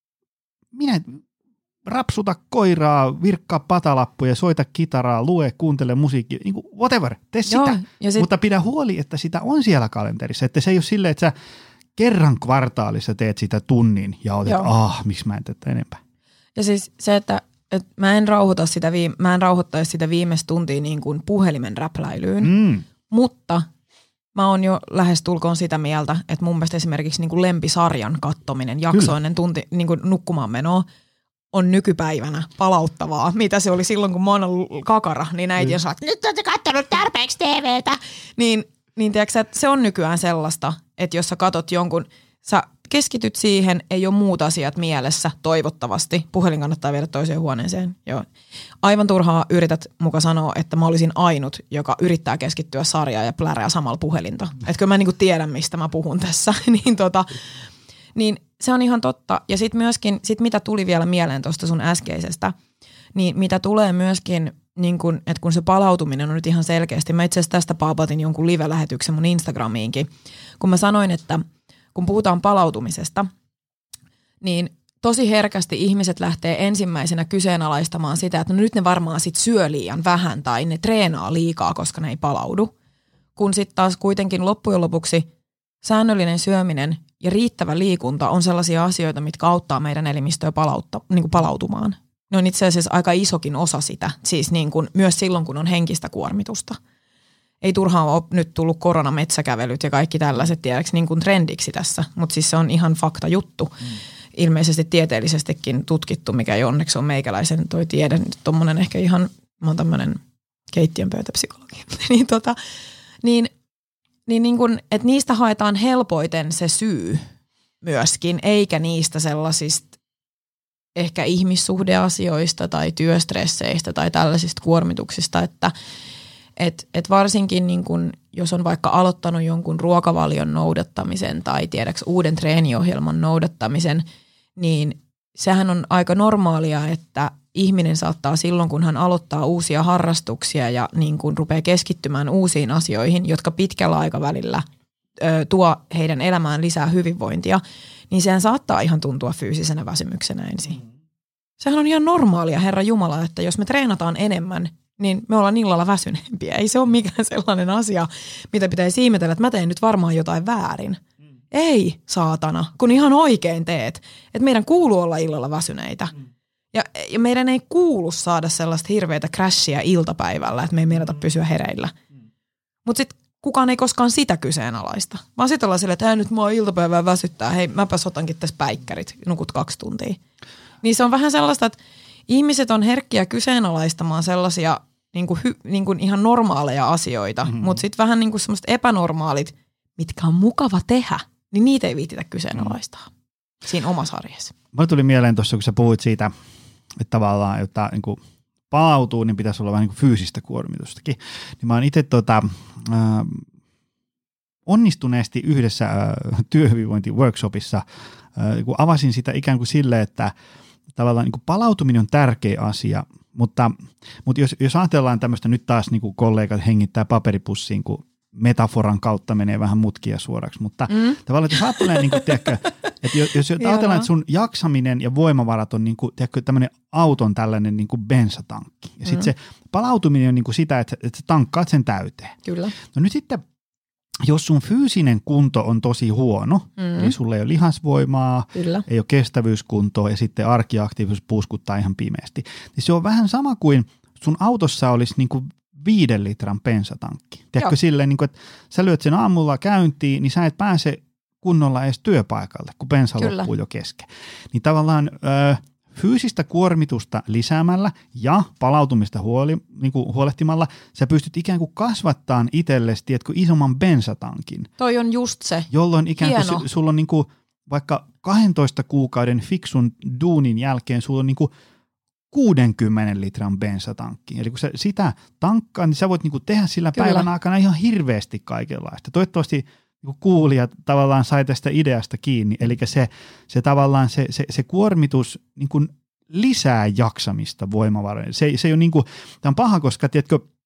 minä rapsuta koiraa, virkkaa patalappuja, soita kitaraa, lue, kuuntele musiikkia, niinku whatever, tee Joo, sitä. ja sit, Mutta pidä huoli, että sitä on siellä kalenterissa, että se ei ole silleen, että sä kerran kvartaalissa teet sitä tunnin ja olet, että ah, miksi mä en tee enempää. ja siis se, että, että mä en rauhoita sitä, viime, mä en rauhoittaisi sitä viimeistä tuntia niin kuin puhelimen räpläilyyn, Mm. mutta mä oon jo lähestulkoon sitä mieltä, että mun mielestä esimerkiksi niin kuin lempisarjan kattominen, jaksoinen tunti niin kuin nukkumaan menoa, on nykypäivänä palauttavaa. Mitä se oli silloin, kun mä oon ollut kakara, niin äiti on sanonut, että nyt oot kattonut tarpeeksi T V:tä. Niin, niin tiedätkö, että se on nykyään sellaista, että jos sä katot jonkun, sä keskityt siihen, ei ole muut asiat mielessä, toivottavasti. Puhelin kannattaa viedä toiseen huoneeseen. Joo. Aivan turhaa yrität muka sanoa, että mä olisin ainut, joka yrittää keskittyä sarjaan ja plärää samalla puhelinta. Etkö mä niinku tiedä, mistä mä puhun tässä. niin, tota, niin se on ihan totta. Ja sitten myöskin, sit mitä tuli vielä mieleen tuosta sun äskeisestä, niin mitä tulee myöskin, niin kun, että kun se palautuminen on nyt ihan selkeästi, mä itse asiassa tästä paapatin jonkun live-lähetyksen mun Instagramiinkin, kun mä sanoin, että kun puhutaan palautumisesta, niin tosi herkästi ihmiset lähtee ensimmäisenä kyseenalaistamaan sitä, että no nyt ne varmaan sit syö liian vähän tai ne treenaa liikaa, koska ne ei palaudu. Kun sitten taas kuitenkin loppujen lopuksi säännöllinen syöminen ja riittävä liikunta on sellaisia asioita, mitkä auttaa meidän elimistöä palautta, niin kuin palautumaan. Ne on itse asiassa aika isokin osa sitä, siis niin kuin myös silloin, kun on henkistä kuormitusta. Ei turhaan ole nyt tullut koronametsäkävelyt ja kaikki tällaiset tiedäks niin kuin trendiksi tässä, mutta siis se on ihan fakta juttu. Mm. Ilmeisesti tieteellisestikin tutkittu, mikä ei onneksi on meikäläisen toi tiede. Tuommoinen ehkä ihan, mä oon tämmöinen keittiönpöytäpsykologi. niin tota, niin, niin, niin kuin, että niistä haetaan helpoiten se syy myöskin, eikä niistä sellaisista ehkä ihmissuhdeasioista tai työstresseistä tai tällaisista kuormituksista, että et, et varsinkin niin kun, jos on vaikka aloittanut jonkun ruokavalion noudattamisen tai tiedäks uuden treeniohjelman noudattamisen, niin sehän on aika normaalia, että ihminen saattaa silloin, kun hän aloittaa uusia harrastuksia ja niin kun rupeaa keskittymään uusiin asioihin, jotka pitkällä aikavälillä ö, tuo heidän elämään lisää hyvinvointia, niin sehän saattaa ihan tuntua fyysisenä väsymyksenä ensin. Mm. Sehän on ihan normaalia, Herra Jumala, että jos me treenataan enemmän, niin me ollaan illalla väsyneempiä. Ei se ole mikään sellainen asia, mitä pitäisi ihmetellä, että mä teen nyt varmaan jotain väärin. Mm. Ei, saatana, kun ihan oikein teet. Että meidän kuuluu olla illalla väsyneitä. Mm. Ja, ja meidän ei kuulu saada sellaista hirveätä crashia iltapäivällä, että me ei mieltä pysyä hereillä. Mm. Mutta sitten kukaan ei koskaan sitä kyseenalaista. Vaan sitten ollaan silleen, että hei, nyt mua iltapäivää väsyttää. Hei, mäpäs otankin tässä päikkärit, nukut kaksi tuntia. Niin se on vähän sellaista, että ihmiset on herkkiä kyseenalaistamaan sellaisia niin kuin, hy, niin kuin ihan normaaleja asioita, mm-hmm. mutta sitten vähän niin kuin semmoiset epänormaalit, mitkä on mukava tehdä, niin niitä ei viititä kyseenalaistaa mm. siinä omassa arjessa. Mulle tuli mieleen tuossa, kun sä puhuit siitä, että tavallaan, jotta niin kuin palautuu, niin pitäisi olla vähän niin kuin fyysistä kuormitustakin. Niin mä oon itse tota, äh, onnistuneesti yhdessä äh, työhyvinvointi-workshopissa äh, kun avasin sitä ikään kuin sille, että tavallaan niin kuin palautuminen on tärkeä asia, mutta, mutta jos, jos ajatellaan tämmöistä, nyt taas niin kuin kollegat hengittää paperipussiin, kun metaforan kautta menee vähän mutkia suoraksi, mutta mm. tavallaan, että jos ajattelee, niin kuin, tiedätkö, että jos, jos ajatellaan, että sun jaksaminen ja voimavarat on niin kuin, tiedätkö, tämmöinen auton tällainen niin kuin bensatankki, ja sitten mm. se palautuminen on niin kuin sitä, että, että sä tankkaat sen täyteen. Kyllä. No nyt sitten, jos sun fyysinen kunto on tosi huono, mm. eli sulla ei ole lihasvoimaa, Kyllä. ei ole kestävyyskuntoa ja sitten arkiaktiivisuus puuskuttaa ihan pimeästi, niin se on vähän sama kuin sun autossa olisi niin kuin viiden litran bensatankki. Tiedätkö silleen, niin kuin, että sä lyöt sen aamulla käyntiin, niin sä et pääse kunnolla edes työpaikalle, kun bensa Kyllä. loppuu jo kesken. Niin tavallaan ö, fyysistä kuormitusta lisäämällä ja palautumista huoli, niin kuin huolehtimalla sä pystyt ikään kuin kasvattamaan itsellesi, tiedätkö, isomman bensatankin. Toi on just se. Jolloin ikään kuin su, sulla on niin kuin vaikka kahdentoista kuukauden fiksun duunin jälkeen sulla on niin kuin kuudenkymmenen litran bensatankki. Eli kun sä sitä tankkaa, niin sä voit niinku tehdä sillä Kyllä. päivän aikana ihan hirveästi kaikenlaista. Toivottavasti niinku kuulijat tavallaan sai tästä ideasta kiinni. Eli se, se tavallaan se, se, se kuormitus niinku lisää jaksamista voimavaroja. Se, se ei ole niinku, tämä on paha, koska tiedätkö,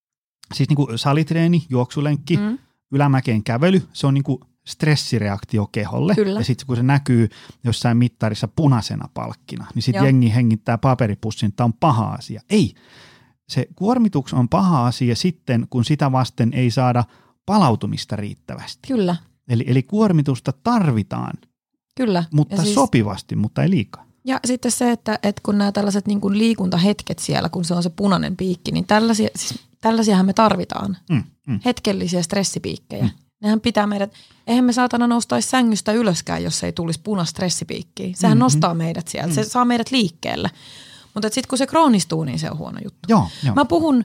siis niin kuin salitreeni, juoksulenkki, mm. ylämäkeen kävely, se on niin kuin stressireaktio keholle. Kyllä. Ja sitten kun se näkyy jossain mittarissa punaisena palkkina, niin sitten jengi hengittää paperipussin, että tämä on paha asia. Ei, se kuormitus on paha asia sitten, kun sitä vasten ei saada palautumista riittävästi. Kyllä. Eli, eli kuormitusta tarvitaan, Kyllä. mutta siis sopivasti, mutta ei liikaa. Ja sitten se, että, että kun nämä tällaiset niin kuin liikuntahetket siellä, kun se on se punainen piikki, niin tällaisia, siis tällaisiahan me tarvitaan. Mm, mm. Hetkellisiä stressipiikkejä. Mm. Nehän pitää meidät, eihän me saatana noustaisi sängystä ylöskään, jos ei tulisi punastressipiikkiä. Sehän mm-hmm. nostaa meidät sieltä, se saa meidät liikkeelle. Mutta sitten kun se kroonistuu, niin se on huono juttu. Joo, jo. Mä puhun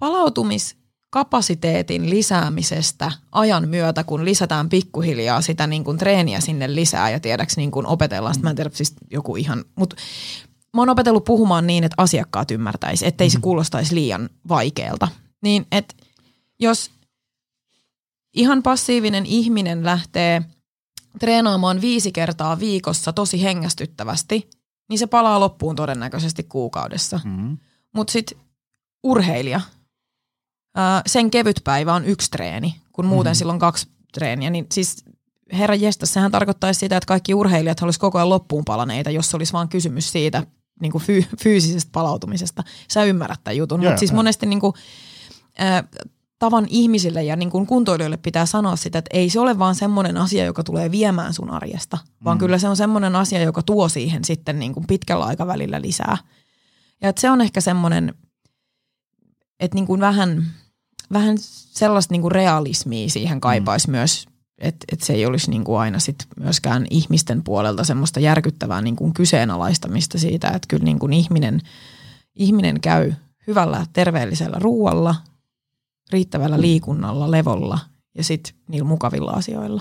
palautumiskapasiteetin lisäämisestä ajan myötä, kun lisätään pikkuhiljaa sitä niin kuin treeniä sinne lisää ja tiedäks niin kuin opetellaan. Sitten mä en tiedä, siis joku ihan, mutta mä oon opetellut puhumaan niin, että asiakkaat ymmärtäisi, ettei se kuulostaisi liian vaikealta. Niin, että jos ihan passiivinen ihminen lähtee treenaamaan viisi kertaa viikossa tosi hengästyttävästi, niin se palaa loppuun todennäköisesti kuukaudessa. Mm-hmm. Mutta sitten urheilija, ää, sen kevytpäivä on yksi treeni, kun muuten mm-hmm. silloin kaksi treeniä. Niin siis herra jestas, sehän tarkoittaisi sitä, että kaikki urheilijat olisi koko ajan loppuun palaneita, jos olisi vaan kysymys siitä niin kuin fy- fyysisestä palautumisesta. Sä ymmärrät tämän jutun, mutta siis monesti niin kuin, ää, tavan ihmisille ja niin kuin kuntoilijoille pitää sanoa sitä, että ei se ole vaan semmoinen asia, joka tulee viemään sun arjesta, vaan mm. kyllä se on semmoinen asia, joka tuo siihen sitten niin kuin pitkällä aikavälillä lisää. Ja että se on ehkä semmoinen, että niin kuin vähän, vähän sellaista niin kuin realismia siihen kaipaisi mm. myös, että, että se ei olisi niin kuin aina sit myöskään ihmisten puolelta semmoista järkyttävää niin kuin kyseenalaistamista siitä, että kyllä niin kuin ihminen, ihminen käy hyvällä terveellisellä ruualla, riittävällä liikunnalla, levolla ja sitten niillä mukavilla asioilla.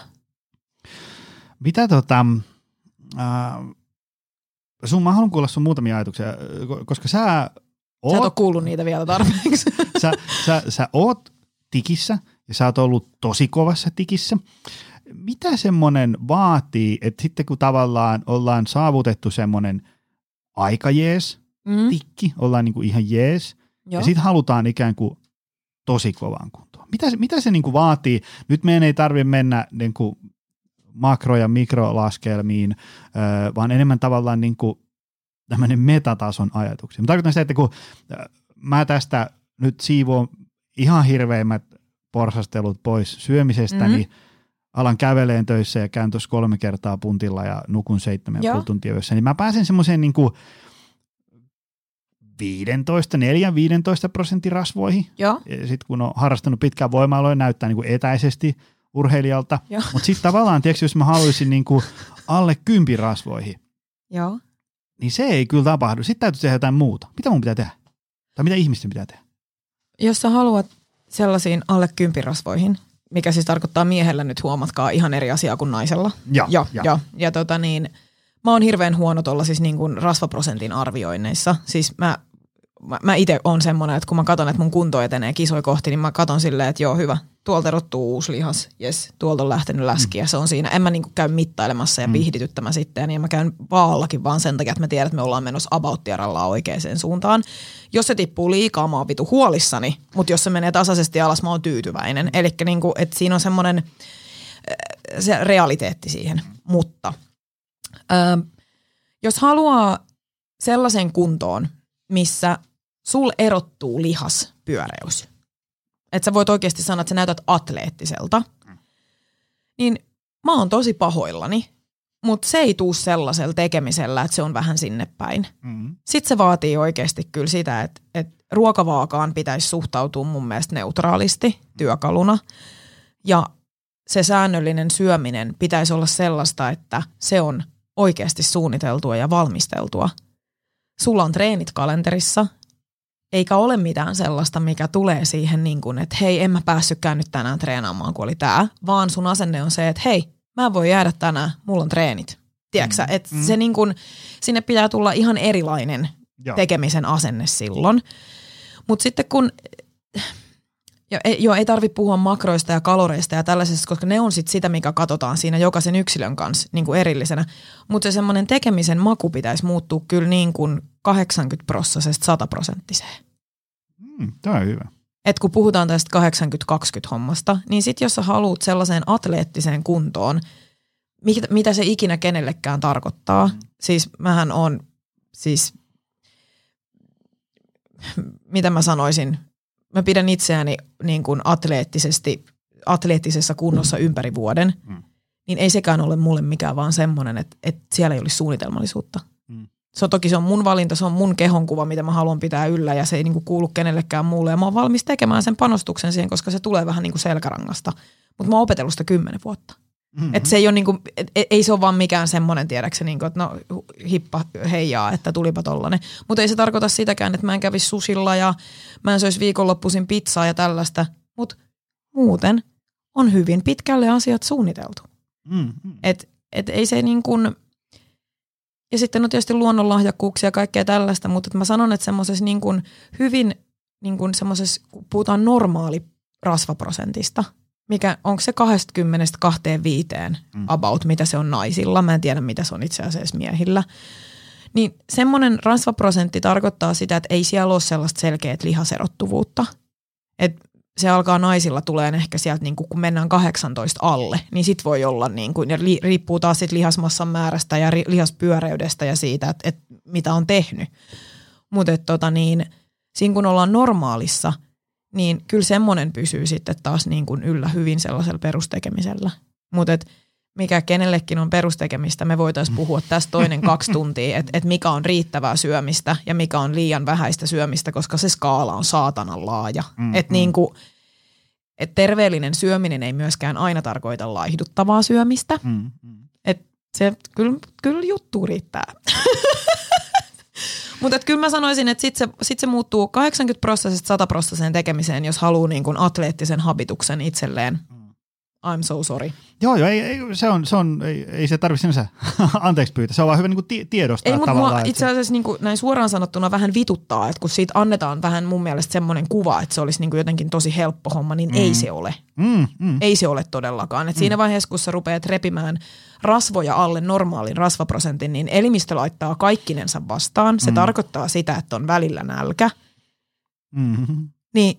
Mitä tota, äh, sun, mä haluan kuulla sun muutamia ajatuksia, koska sä oot... Sä et ole kuullut niitä vielä tarpeeksi. sä, sä, sä oot tikissä ja sä oot ollut tosi kovassa tikissä. Mitä semmoinen vaatii, että sitten kun tavallaan ollaan saavutettu semmoinen aika jees mm. tikki, ollaan niinku ihan jees, Joo. ja sitten halutaan ikään kuin tosi kovaan kuntoon. Mitä se, mitä se niinku vaatii? Nyt meidän ei tarvitse mennä niinku makro- ja mikrolaskelmiin, öö, vaan enemmän tavallaan niinku tämmöinen metatason ajatuksia. Mä tarkoitan sitä, että kun mä tästä nyt siivoon ihan hirveimmät porsastelut pois syömisestä, mm-hmm. niin alan käveleen töissä ja käyn tuossa kolme kertaa puntilla ja nukun seitsemän ja puoli tuntia yössä, niin mä pääsen semmoiseen niinku viisitoista, neljä viisitoista prosentin rasvoihin. Sitten kun on harrastanut pitkään voimailua, näyttää niinku etäisesti urheilijalta. Mutta sitten tavallaan, tiedätkö, jos mä haluaisin niinku alle kympin rasvoihin, Joo. niin se ei kyllä tapahdu. Sitten täytyy tehdä jotain muuta. Mitä mun pitää tehdä? Tai mitä ihmisten pitää tehdä? Jos sä haluat sellaisiin alle kympin rasvoihin, mikä siis tarkoittaa miehellä nyt huomatkaa ihan eri asiaa kuin naisella. Ja, ja, ja. ja, ja tota niin, mä oon hirveän huono tuolla siis niin kuin rasvaprosentin arvioinneissa. Siis mä, mä, mä itse oon semmoinen, että kun mä katson, että mun kunto etenee kisoi kohti, niin mä katson silleen, että joo hyvä, tuolta erottuu uusi lihas, jes, tuolta on lähtenyt läskiä, mm. se on siinä. En mä niinku käy mittailemassa ja pihdityttämään mm. sitten, ja mä käyn vaallakin vaan sen takia, että mä tiedän, että me ollaan menossa about-tierallaan oikeaan suuntaan. Jos se tippuu liikaa, mä oon vitu huolissani, mutta jos se menee tasaisesti alas, mä oon tyytyväinen. Eli niinku, että siinä on semmoinen se realiteetti siihen, mutta ää, jos haluaa sellaisen kuntoon, missä sul erottuu lihaspyöreys, että sä voit oikeasti sanoa, että sä näytät atleettiselta, niin mä oon tosi pahoillani, mutta se ei tuu sellaisella tekemisellä, että se on vähän sinne päin. Mm-hmm. Sitten se vaatii oikeasti kyllä sitä, että, että ruokavaakaan pitäisi suhtautua mun mielestä neutraalisti työkaluna. Ja se säännöllinen syöminen pitäisi olla sellaista, että se on oikeasti suunniteltua ja valmisteltua. Sulla on treenit kalenterissa, eikä ole mitään sellaista, mikä tulee siihen niin kuin, että hei, en mä päässytkään nyt tänään treenaamaan, kun oli tää, vaan sun asenne on se, että hei, mä en voi jäädä tänään, mulla on treenit. Tiedätkö mm. että mm. se niin kuin, sinne pitää tulla ihan erilainen Joo. tekemisen asenne silloin. Mutta sitten kun, jo ei, jo, ei tarvitse puhua makroista ja kaloreista ja tällaisesta, koska ne on sit sitä, mikä katsotaan siinä jokaisen yksilön kanssa niin kuin erillisenä. Mutta se semmoinen tekemisen maku pitäisi muuttua kyllä niin kuin kahdeksankymmentä prosenttisesta sata prosenttiseen. Mm, tämä on hyvä. että kun puhutaan tästä kahdeksankymmentä kaksikymmentä hommasta, niin sit jos sä haluat sellaiseen atleettiseen kuntoon, mitä, mitä se ikinä kenellekään tarkoittaa, mm. siis mähän on siis, mitä mä sanoisin, mä pidän itseäni niin kuin atleettisesti, atleettisessa kunnossa ympäri vuoden, mm. niin ei sekään ole mulle mikään vaan semmoinen, että, että siellä ei olisi suunnitelmallisuutta. Mm. Se on toki se on mun valinta, se on mun kehonkuva, mitä mä haluan pitää yllä ja se ei niin kuin kuulu kenellekään muulle. Ja mä oon valmis tekemään sen panostuksen siihen, koska se tulee vähän niin kuin selkärangasta. Mutta mä oon opetellut sitä kymmenen vuotta. Mm-hmm. Että se ei ole niin kuin, et, ei se ole vaan mikään semmoinen, tiedäksä, niin kuin, että no hippa heijaa, että tulipa tollanen. Mutta ei se tarkoita sitäkään, että mä en kävisi sushilla ja mä en söisi viikonloppuisin pizzaa ja tällaista. Mutta muuten on hyvin pitkälle asiat suunniteltu. Mm-hmm. Että et ei se niin kuin... Ja sitten on tietysti luonnonlahjakkuuksia ja kaikkea tällaista, mutta mä sanon, että semmoisessa niin kuin hyvin, niin kuin semmoisessa, kun puhutaan normaali rasvaprosentista, mikä onko se kaksikymmentä kaksikymmentäviisi mm. about, mitä se on naisilla, mä en tiedä mitä se on itse asiassa miehillä, niin semmoinen rasvaprosentti tarkoittaa sitä, että ei siellä ole sellaista selkeät lihaserottuvuutta, että se alkaa naisilla tulee ehkä sieltä, niin kun mennään kahdeksantoista alle, niin sit voi olla, niin kuin, ja riippuu taas sit lihasmassan määrästä ja lihaspyöreydestä ja siitä, että, että mitä on tehnyt. Mutta tota niin, siinä kun ollaan normaalissa, niin kyllä semmoinen pysyy sitten taas niin kuin yllä hyvin sellaisella perustekemisellä. Mutta mikä kenellekin on perustekemistä, me voitaisiin puhua tästä toinen kaksi tuntia, että et mikä on riittävää syömistä ja mikä on liian vähäistä syömistä, koska se skaala on saatanan laaja. Mm, että mm. niinku, et terveellinen syöminen ei myöskään aina tarkoita laihduttavaa syömistä. Mm, mm. Että se kyllä, kyllä juttu riittää. Mutta kyllä mä sanoisin, että sitten se, sit se muuttuu kahdeksankymmentä prosenttia sata prosenttia tekemiseen, jos haluaa niin kuin atleettisen habituksen itselleen. I'm so sorry. Joo, joo, ei, ei, se on, se on, ei, ei se tarvitse sinänsä anteeksi pyytää. Se on vaan hyvä niin kuin tiedostaa ei, tavallaan. Ei, mutta itse asiassa niin kuin, näin suoraan sanottuna vähän vituttaa, että kun siitä annetaan vähän mun mielestä semmoinen kuva, että se olisi niin kuin jotenkin tosi helppo homma, niin mm. ei se ole. Mm, mm. Ei se ole todellakaan. Et mm. Siinä vaiheessa, kun sä rupeat repimään rasvoja alle normaalin rasvaprosentin, niin elimistö laittaa kaikkinensa vastaan. Se mm. tarkoittaa sitä, että on välillä nälkä. Mm-hmm. Niin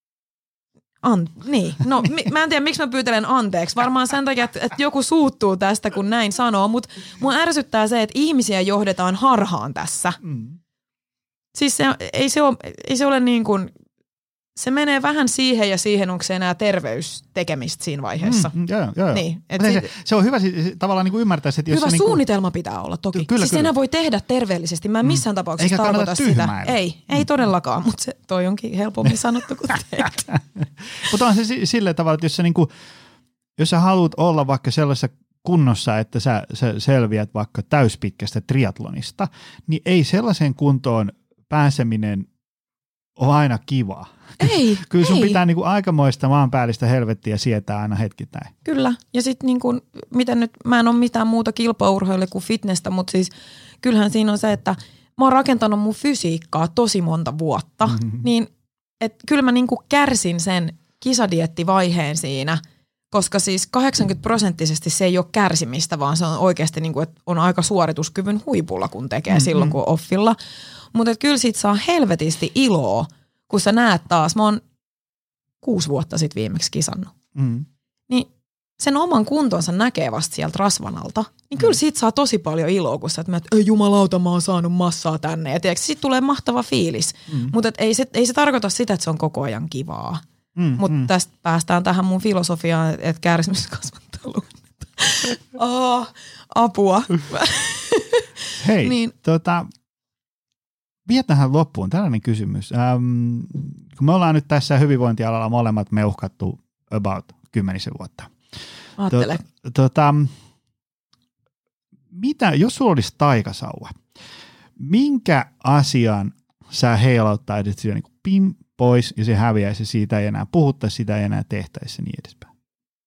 An, niin, no mi, mä en tiedä miksi mä pyytelen anteeksi. Varmaan sen takia, että, että joku suuttuu tästä, kun näin sanoo, mutta mua ärsyttää se, että ihmisiä johdetaan harhaan tässä. Mm. Siis se, ei, se ole, ei se ole niin kuin, se menee vähän siihen ja siihen, onko se enää terveystekemistä siinä vaiheessa. Mm, joo, joo. Niin, se, se, se on hyvä siis, tavallaan niin kuin ymmärtää. Että jos hyvä se suunnitelma niin kuin, pitää olla toki. Kyllä, siis kyllä. Enää voi tehdä terveellisesti. Mä en missään mm. tapauksessa tarkoita sitä. Ei, ei mm. todellakaan, mutta se toi onkin helpommin sanottu kuin tehdä. Mutta on se sillä tavalla, että jos sä, niin kuin, jos sä haluat olla vaikka sellaisessa kunnossa, että sä, sä selviät vaikka täyspitkästä triatlonista, niin ei sellaiseen kuntoon pääseminen on aina kivaa. Ei, Kyllä sun ei. pitää niinku aikamoista maanpäällistä helvettiä sietää aina hetkittäin. Kyllä. Ja sitten niinku, miten nyt, mä en ole mitään muuta kilpaurheilua kuin fitnessä, mutta siis kyllähän siinä on se, että mä oon rakentanut mun fysiikkaa tosi monta vuotta, mm-hmm. niin että kyllä mä niinku kärsin sen kisadiettivaiheen siinä, koska siis kahdeksankymmentä prosenttisesti se ei ole kärsimistä, vaan se on oikeasti niinku, että on aika suorituskyvyn huipulla, kun tekee mm-hmm. silloin, kun on offilla. Mutta kyllä siitä saa helvetisti iloa, kun sä näet taas, mä oon kuusi vuotta sitten viimeksi kisannut, mm. niin sen oman kuntonsa näkee vasta sieltä rasvanalta, niin kyllä siitä saa tosi paljon iloa, kun sä et, että ei jumalauta, mä oon saanut massaa tänne. Ja tiedätkö, siitä tulee mahtava fiilis, mm. mutta ei se, ei se tarkoita sitä, että se on koko ajan kivaa. Mm, mutta mm. tästä päästään tähän mun filosofiaan, että kärsimys kasvattaa oh, apua. Hei, niin. tota... Vielä tähän loppuun tällainen kysymys. Ähm, kun me ollaan nyt tässä hyvinvointialalla molemmat meuhkattu about kymmenisen vuotta. Aattele. Tota, tota, mitä, jos sulla olisi taikasauva, minkä asian sä heilauttaisit siinä niin kuin pim pois ja se häviäisi, siitä ei enää puhuttaisi, sitä ei enää tehtäisi ja niin edespäin?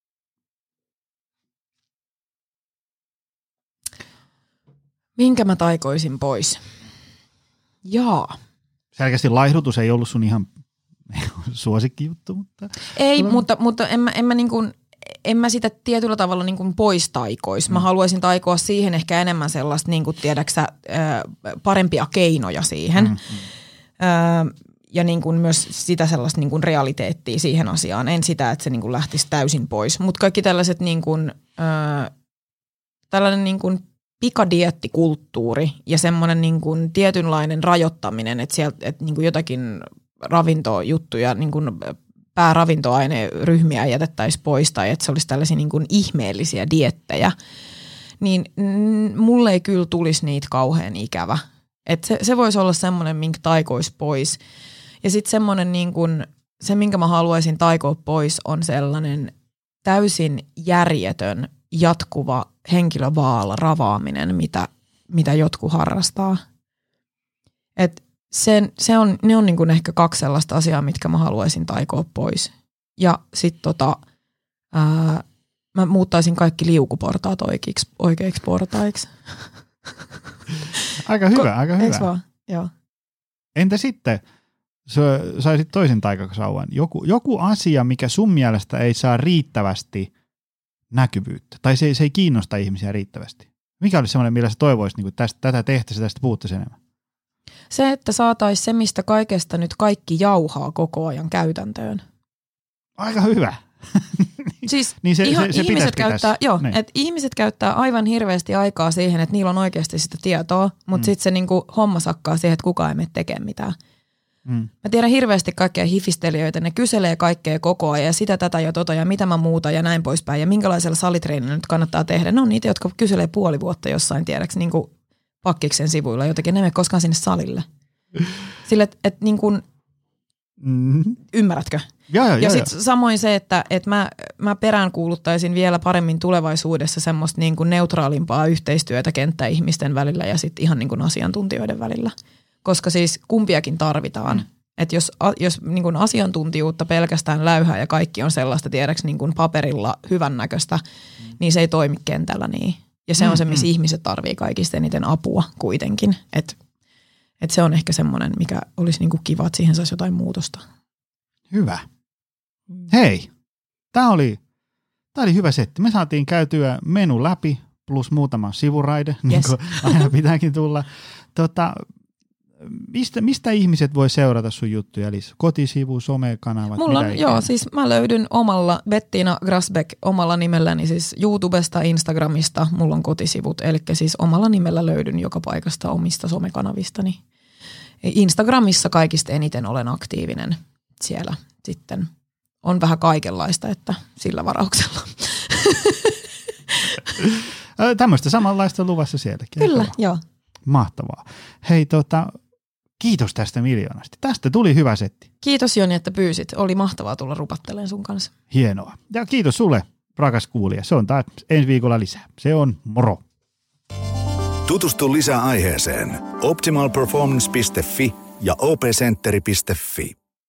Minkä mä taikoisin pois? Jaa. Selkeästi laihdutus ei ollut sun ihan suosikkijuttu, mutta... Ei, Tuo... mutta, mutta en, mä, en, mä niin kuin, en mä sitä tietyllä tavalla niin kuin pois taikois. Mä mm. haluaisin taikoa siihen ehkä enemmän sellaista, niin kuin tiedäksä, parempia keinoja siihen. Mm, mm. ja niin kuin myös sitä sellaista niin kuin realiteettia siihen asiaan. En sitä, että se niin kuin lähtisi täysin pois. Mutta kaikki tällaiset niin kuin, ö, tällainen niin kuin pikadieettikulttuuri ja semmoinen niin kuin tietynlainen rajoittaminen, että, sieltä, että niin kuin jotakin ravintojuttuja, niin kuin pääravintoaineryhmiä jätettäisiin pois tai että se olisi tällaisia niin kuin ihmeellisiä diettejä, niin mulle ei kyllä tulisi niitä kauhean ikävä. Että se, se voisi olla semmoinen, minkä taikoisi pois. Ja sitten semmoinen, niin kuin, se minkä mä haluaisin taikoa pois, on sellainen täysin järjetön, jatkuva henkilövaalla ravaaminen, mitä, mitä jotkut harrastaa. Et sen, se on, ne on niin kuin ehkä kaksi sellaista asiaa, mitkä mä haluaisin taikoa pois. Ja sitten tota, ää, mä muuttaisin kaikki liukuportaat oikeiksi, oikeiksi portaiksi. Aika hyvä, Ko, aika hyvä. Eiks vaan? Joo. Entä sitten, sä saisit toisen taikasauvan. Joku, joku asia, mikä sun mielestä ei saa riittävästi näkyvyyttä, tai se, se ei kiinnosta ihmisiä riittävästi. Mikä olisi semmoinen, millä sä toivoisit, niin tästä, tätä tehtäisiin, tästä puhuttaisiin enemmän? Se, että saataisiin se, mistä kaikesta nyt kaikki jauhaa koko ajan käytäntöön. Aika hyvä. Siis niin se, ihan, se, se ihmiset, pitäisi, käyttää, pitäisi. joo, Niin. et ihmiset käyttää aivan hirveästi aikaa siihen, että niillä on oikeasti sitä tietoa, mutta mm. sitten se niinku homma sakkaa siihen, että kukaan ei mene tekemään mitään. Mm. Mä tiedän hirveästi kaikkia hifistelijöitä, ne kyselee kaikkea koko ajan ja sitä, tätä ja tota ja mitä mä muuta ja näin poispäin ja minkälaisella salitreenillä nyt kannattaa tehdä. Ne on niitä, jotka kyselee puoli vuotta jossain tiedäksi niin kuin pakkiksen sivuilla jotenkin, ne ei mene koskaan sinne salille. Sille, että et, niin kuin, mm-hmm. ymmärrätkö? Ja, ja, ja sitten samoin se, että et mä, mä peräänkuuluttaisin vielä paremmin tulevaisuudessa semmoista niin kuin neutraalimpaa yhteistyötä kenttäihmisten välillä ja sitten ihan niin kuin asiantuntijoiden välillä. Koska siis kumpiakin tarvitaan. Mm. Että jos, jos niin kuin asiantuntijuutta pelkästään läyhää ja kaikki on sellaista tiedäks niin kuin paperilla hyvännäköistä, mm. niin se ei toimi kentällä niin. Ja se on se, missä mm. ihmiset tarvii kaikista eniten apua kuitenkin. Että et se on ehkä semmoinen, mikä olisi niin kuin kiva, että siihen saisi jotain muutosta. Hyvä. Hei, tämä oli, tää oli hyvä setti. Me saatiin käytyä menu läpi plus muutama sivuraide, yes. niin kuin aina pitääkin tulla. Tota, mistä, mistä ihmiset voi seurata sun juttuja lisää? Kotisivu, somekanavat? Mulla on, joo, siis mä löydyn omalla Bettina Grasbeck omalla nimelläni siis YouTubesta, Instagramista. Mulla on kotisivut, eli siis omalla nimellä löydyn joka paikasta omista somekanavistani. Instagramissa kaikista eniten olen aktiivinen siellä sitten. On vähän kaikenlaista, että sillä varauksella. Tämmöistä samanlaista luvassa sielläkin. Kyllä, joo. Mahtavaa. Hei, tota, kiitos tästä miljoonasta. Tästä tuli hyvä setti. Kiitos Joni, että pyysit. Oli mahtavaa tulla rupattelemaan sun kanssa. Hienoa. Ja kiitos sulle, rakas kuulija. Se on taas ensi viikolla lisää. Se on moro. Tutustu lisää aiheeseen optimal performance piste fi ja o p centeri piste fi.